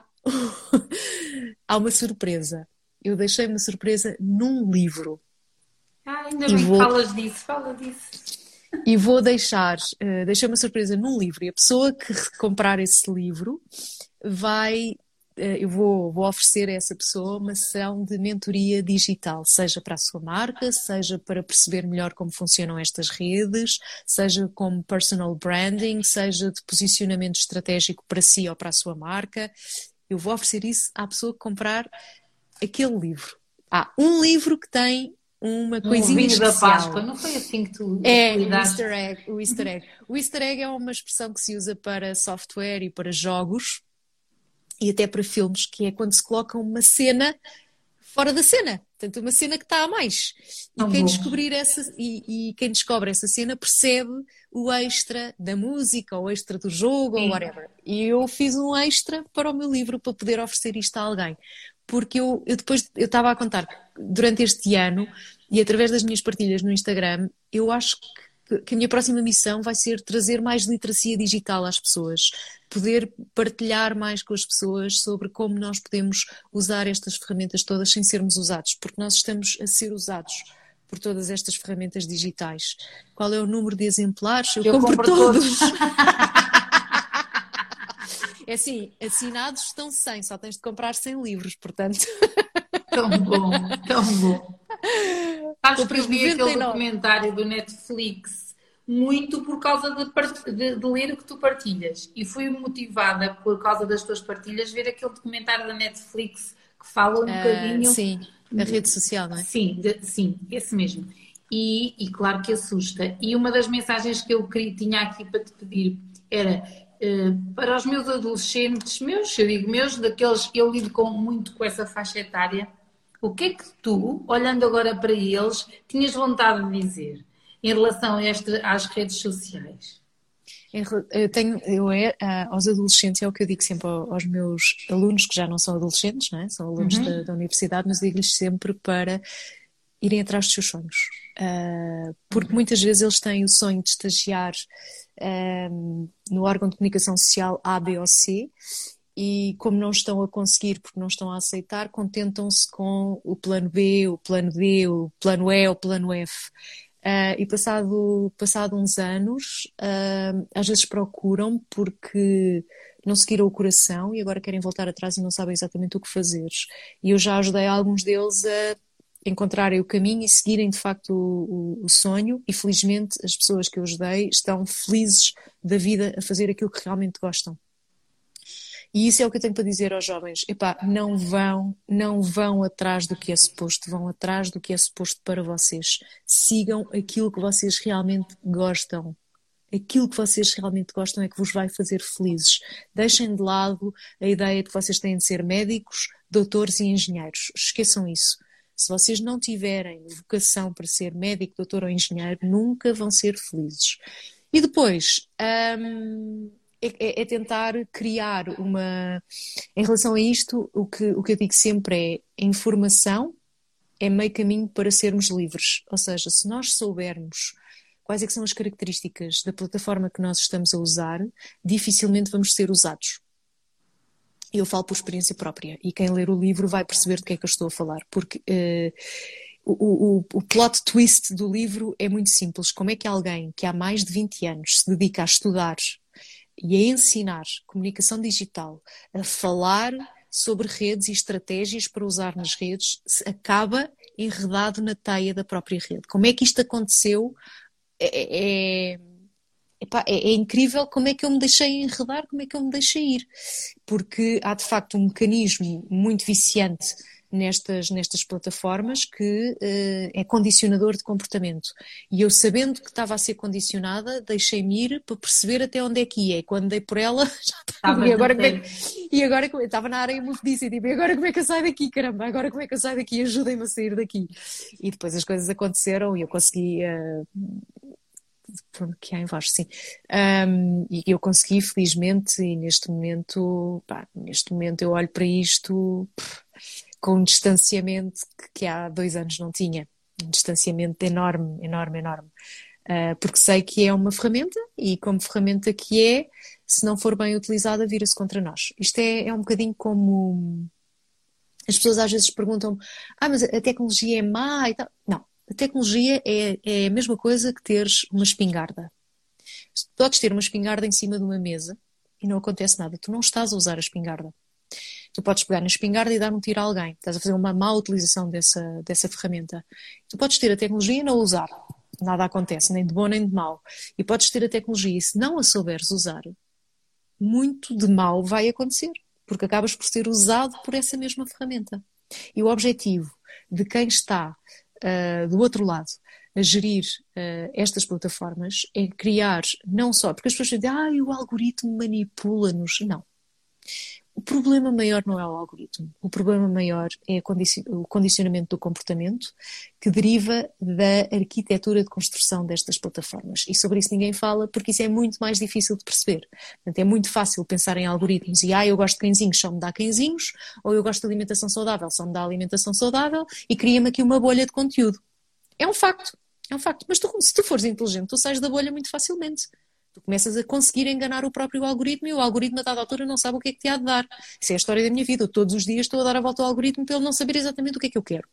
há uma surpresa. Eu deixei uma surpresa num livro. Ah, ainda bem vou... que falas disso, fala disso. E vou deixar, uh, deixei uma surpresa num livro, e a pessoa que comprar esse livro vai, uh, eu vou, vou oferecer a essa pessoa uma sessão de mentoria digital, seja para a sua marca, seja para perceber melhor como funcionam estas redes, seja como personal branding, seja de posicionamento estratégico para si ou para a sua marca. Eu vou oferecer isso à pessoa que comprar aquele livro. Há um livro que tem uma coisinha um especial. Da Páscoa, não foi assim que tu É, o easter egg, o easter egg. O easter egg é uma expressão que se usa para software e para jogos e até para filmes, que é quando se coloca uma cena fora da cena. Portanto, uma cena que está a mais. E Tão quem bom. descobrir essa e, e quem descobre essa cena percebe o extra da música, ou o extra do jogo, Sim. ou whatever. E eu fiz um extra para o meu livro para poder oferecer isto a alguém. Porque eu, eu depois, eu estava a contar, durante este ano, e através das minhas partilhas no Instagram, eu acho que, que a minha próxima missão vai ser trazer mais literacia digital às pessoas, poder partilhar mais com as pessoas sobre como nós podemos usar estas ferramentas todas sem sermos usados, porque nós estamos a ser usados por todas estas ferramentas digitais. Qual é o número de exemplares? Eu, eu compro, compro todos! todos. É assim, assinados estão cem, só tens de comprar cem livros, portanto. Tão bom, tão bom. Sabes que eu vi noventa e nove. Aquele documentário do Netflix muito por causa de, de, de ler o que tu partilhas. E fui motivada por causa das tuas partilhas ver aquele documentário da Netflix que fala um uh, bocadinho... Sim, a rede social, não é? Sim, de, sim, esse mesmo. E, e claro que assusta. E uma das mensagens que eu queria, tinha aqui para te pedir era... Uh, para os meus adolescentes, meus, eu digo meus, daqueles, eu lido com, muito com essa faixa etária, o que é que tu, olhando agora para eles, tinhas vontade de dizer em relação a este, às redes sociais? Eu tenho, eu é, aos adolescentes, é o que eu digo sempre aos meus alunos, que já não são adolescentes, não é? São alunos uhum. da, da universidade, mas digo-lhes sempre para irem atrás dos seus sonhos. Uh, porque uhum. muitas vezes eles têm o sonho de estagiar um, no órgão de comunicação social A, B ou C, e como não estão a conseguir porque não estão a aceitar, contentam-se com o plano B, o plano D, o plano E, o plano F. Uh, e passado, passado uns anos, uh, às vezes procuram porque não seguiram o coração e agora querem voltar atrás e não sabem exatamente o que fazer. E eu já ajudei alguns deles a encontrarem o caminho e seguirem de facto o, o, o sonho, e felizmente as pessoas que eu ajudei estão felizes da vida a fazer aquilo que realmente gostam. E isso é o que eu tenho para dizer aos jovens. Epá, não vão, não vão atrás do que é suposto, vão atrás do que é suposto para vocês. Sigam aquilo que vocês realmente gostam. Aquilo que vocês realmente gostam é que vos vai fazer felizes. Deixem de lado a ideia de que vocês têm de ser médicos, doutores e engenheiros. Esqueçam isso. Se vocês não tiverem vocação para ser médico, doutor ou engenheiro, nunca vão ser felizes. E depois, hum, é, é, é tentar criar uma... Em relação a isto, o que, o que eu digo sempre é: a informação é meio caminho para sermos livres. Ou seja, se nós soubermos quais é que são as características da plataforma que nós estamos a usar, dificilmente vamos ser usados. Eu falo por experiência própria, e quem ler o livro vai perceber do que é que eu estou a falar, porque uh, o, o, o plot twist do livro é muito simples. Como é que alguém que há mais de vinte anos se dedica a estudar e a ensinar comunicação digital, a falar sobre redes e estratégias para usar nas redes, acaba enredado na teia da própria rede? Como é que isto aconteceu? É, é, epá, é, é incrível como é que eu me deixei enredar, como é que eu me deixei ir. Porque há de facto um mecanismo muito viciante nestas, nestas plataformas que uh, é condicionador de comportamento. E eu, sabendo que estava a ser condicionada, deixei-me ir para perceber até onde é que ia. E quando dei por ela, já estava. E agora, como é que, e agora estava na área movediça e tipo, e agora como é que eu saio daqui, caramba? Agora como é que eu saio daqui? Ajudem-me a sair daqui. E depois as coisas aconteceram e eu consegui... Uh, que há em voz, sim. Um, e eu consegui, felizmente, e neste momento, pá, neste momento eu olho para isto pff, com um distanciamento que, que há dois anos não tinha. Um distanciamento enorme, enorme, enorme. Uh, porque sei que é uma ferramenta e, como ferramenta que é, se não for bem utilizada, vira-se contra nós. Isto é, é um bocadinho como... As pessoas às vezes perguntam: ah, mas a tecnologia é má e tal. Não. A tecnologia é, é a mesma coisa que teres uma espingarda. Podes ter uma espingarda em cima de uma mesa e não acontece nada. Tu não estás a usar a espingarda. Tu podes pegar na espingarda e dar um tiro a alguém. Estás a fazer uma má utilização dessa, dessa ferramenta. Tu podes ter a tecnologia e não usar. Nada acontece, nem de bom nem de mau. E podes ter a tecnologia e, se não a souberes usar, muito de mau vai acontecer. Porque acabas por ser usado por essa mesma ferramenta. E o objetivo de quem está Uh, do outro lado, a gerir uh, estas plataformas é criar, não só, porque as pessoas dizem: ah, o algoritmo manipula-nos. Não. O problema maior não é o algoritmo. O problema maior é condici- o condicionamento do comportamento que deriva da arquitetura de construção destas plataformas. E sobre isso ninguém fala, porque isso é muito mais difícil de perceber. Portanto, é muito fácil pensar em algoritmos e, ah, eu gosto de cãezinhos, só me dá cãezinhos, ou eu gosto de alimentação saudável, só me dá alimentação saudável, e cria-me aqui uma bolha de conteúdo. É um facto. É um facto. Mas tu, se tu fores inteligente, tu sais da bolha muito facilmente. Tu começas a conseguir enganar o próprio algoritmo e o algoritmo a dada altura não sabe o que é que te há de dar. Isso é a história da minha vida. Eu, todos os dias estou a dar a volta ao algoritmo para ele não saber exatamente o que é que eu quero.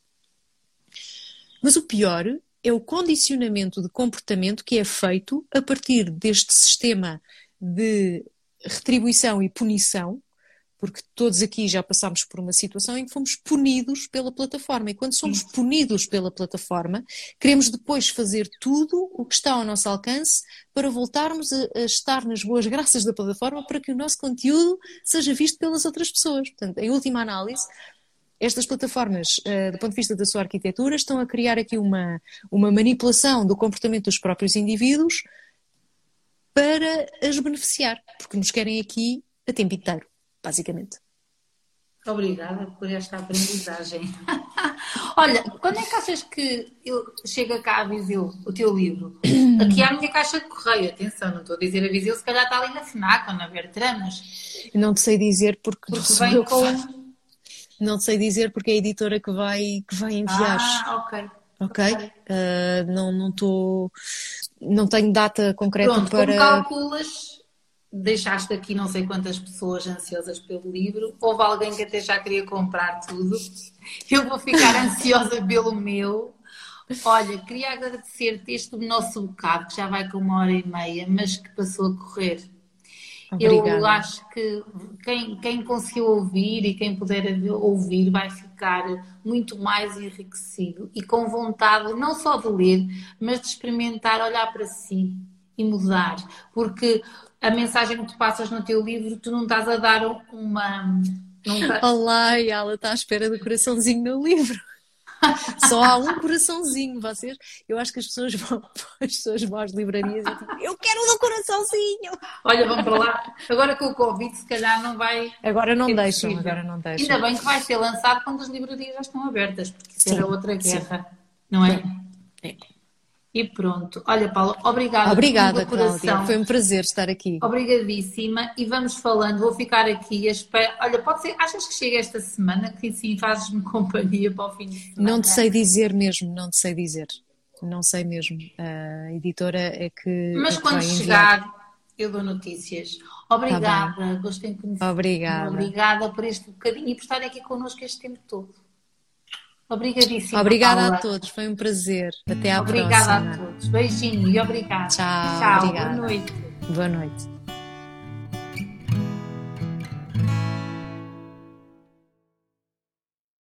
Mas o pior é o condicionamento de comportamento que é feito a partir deste sistema de retribuição e punição, porque todos aqui já passámos por uma situação em que fomos punidos pela plataforma. E quando somos punidos pela plataforma, queremos depois fazer tudo o que está ao nosso alcance para voltarmos a, a estar nas boas graças da plataforma para que o nosso conteúdo seja visto pelas outras pessoas. Portanto, em última análise, estas plataformas, uh, do ponto de vista da sua arquitetura, estão a criar aqui uma, uma manipulação do comportamento dos próprios indivíduos para as beneficiar, porque nos querem aqui a tempo inteiro. Basicamente. Obrigada por esta aprendizagem. Olha, quando é que achas que eu chega cá a Viseu, o teu livro? Aqui há a minha caixa de correio, atenção, não estou a dizer a Viseu, se calhar está ali na FNAC ou na Bertramas. Não te sei dizer porque, porque não sou vem eu com... que faço. Não te sei dizer porque é a editora que vai, que vai enviar. Ah, ok. Ok? okay. Uh, não estou... Não, não tenho data concreta. Pronto, para... como calculas... Deixaste aqui não sei quantas pessoas ansiosas pelo livro. Houve alguém que até já queria comprar tudo. Eu vou ficar ansiosa pelo meu. Olha, queria agradecer-te este nosso bocado, que já vai com uma hora e meia, mas que passou a correr. Obrigada. Eu acho que quem, quem conseguiu ouvir e quem puder ouvir vai ficar muito mais enriquecido e com vontade não só de ler, mas de experimentar, olhar para si e mudar. Porque... a mensagem que tu passas no teu livro, tu não estás a dar uma... Não... Olá, e ela está à espera do coraçãozinho no livro. Só há um coraçãozinho, vocês. Eu acho que as pessoas vão, as pessoas vão às livrarias e dizem: eu quero um coraçãozinho. Olha, vamos para lá. Agora com o Covid, se calhar não vai... Agora não deixam, possível. agora não deixam. Ainda bem que vai ser lançado quando as livrarias já estão abertas, porque isso era outra guerra, não é? É. E pronto. Olha, Paula, obrigada. Obrigada, do coração. Cláudia. Foi um prazer estar aqui. Obrigadíssima. E vamos falando. Vou ficar aqui. Espero... Olha, pode ser. Achas que chega esta semana? Que sim, fazes-me companhia para o fim de semana? Não te sei dizer mesmo, não te sei dizer. Não sei mesmo. A editora é que. Mas é que quando vai enviar. chegar, eu dou notícias. Obrigada. Tá Gostei de conhecer. Obrigada. Obrigada por este bocadinho e por estarem aqui connosco este tempo todo. Obrigadíssima. Obrigada Paula. a todos, foi um prazer. Até à obrigada próxima. a todos. Beijinho e obrigada. Tchau. Tchau. Obrigada. Boa noite. Boa noite.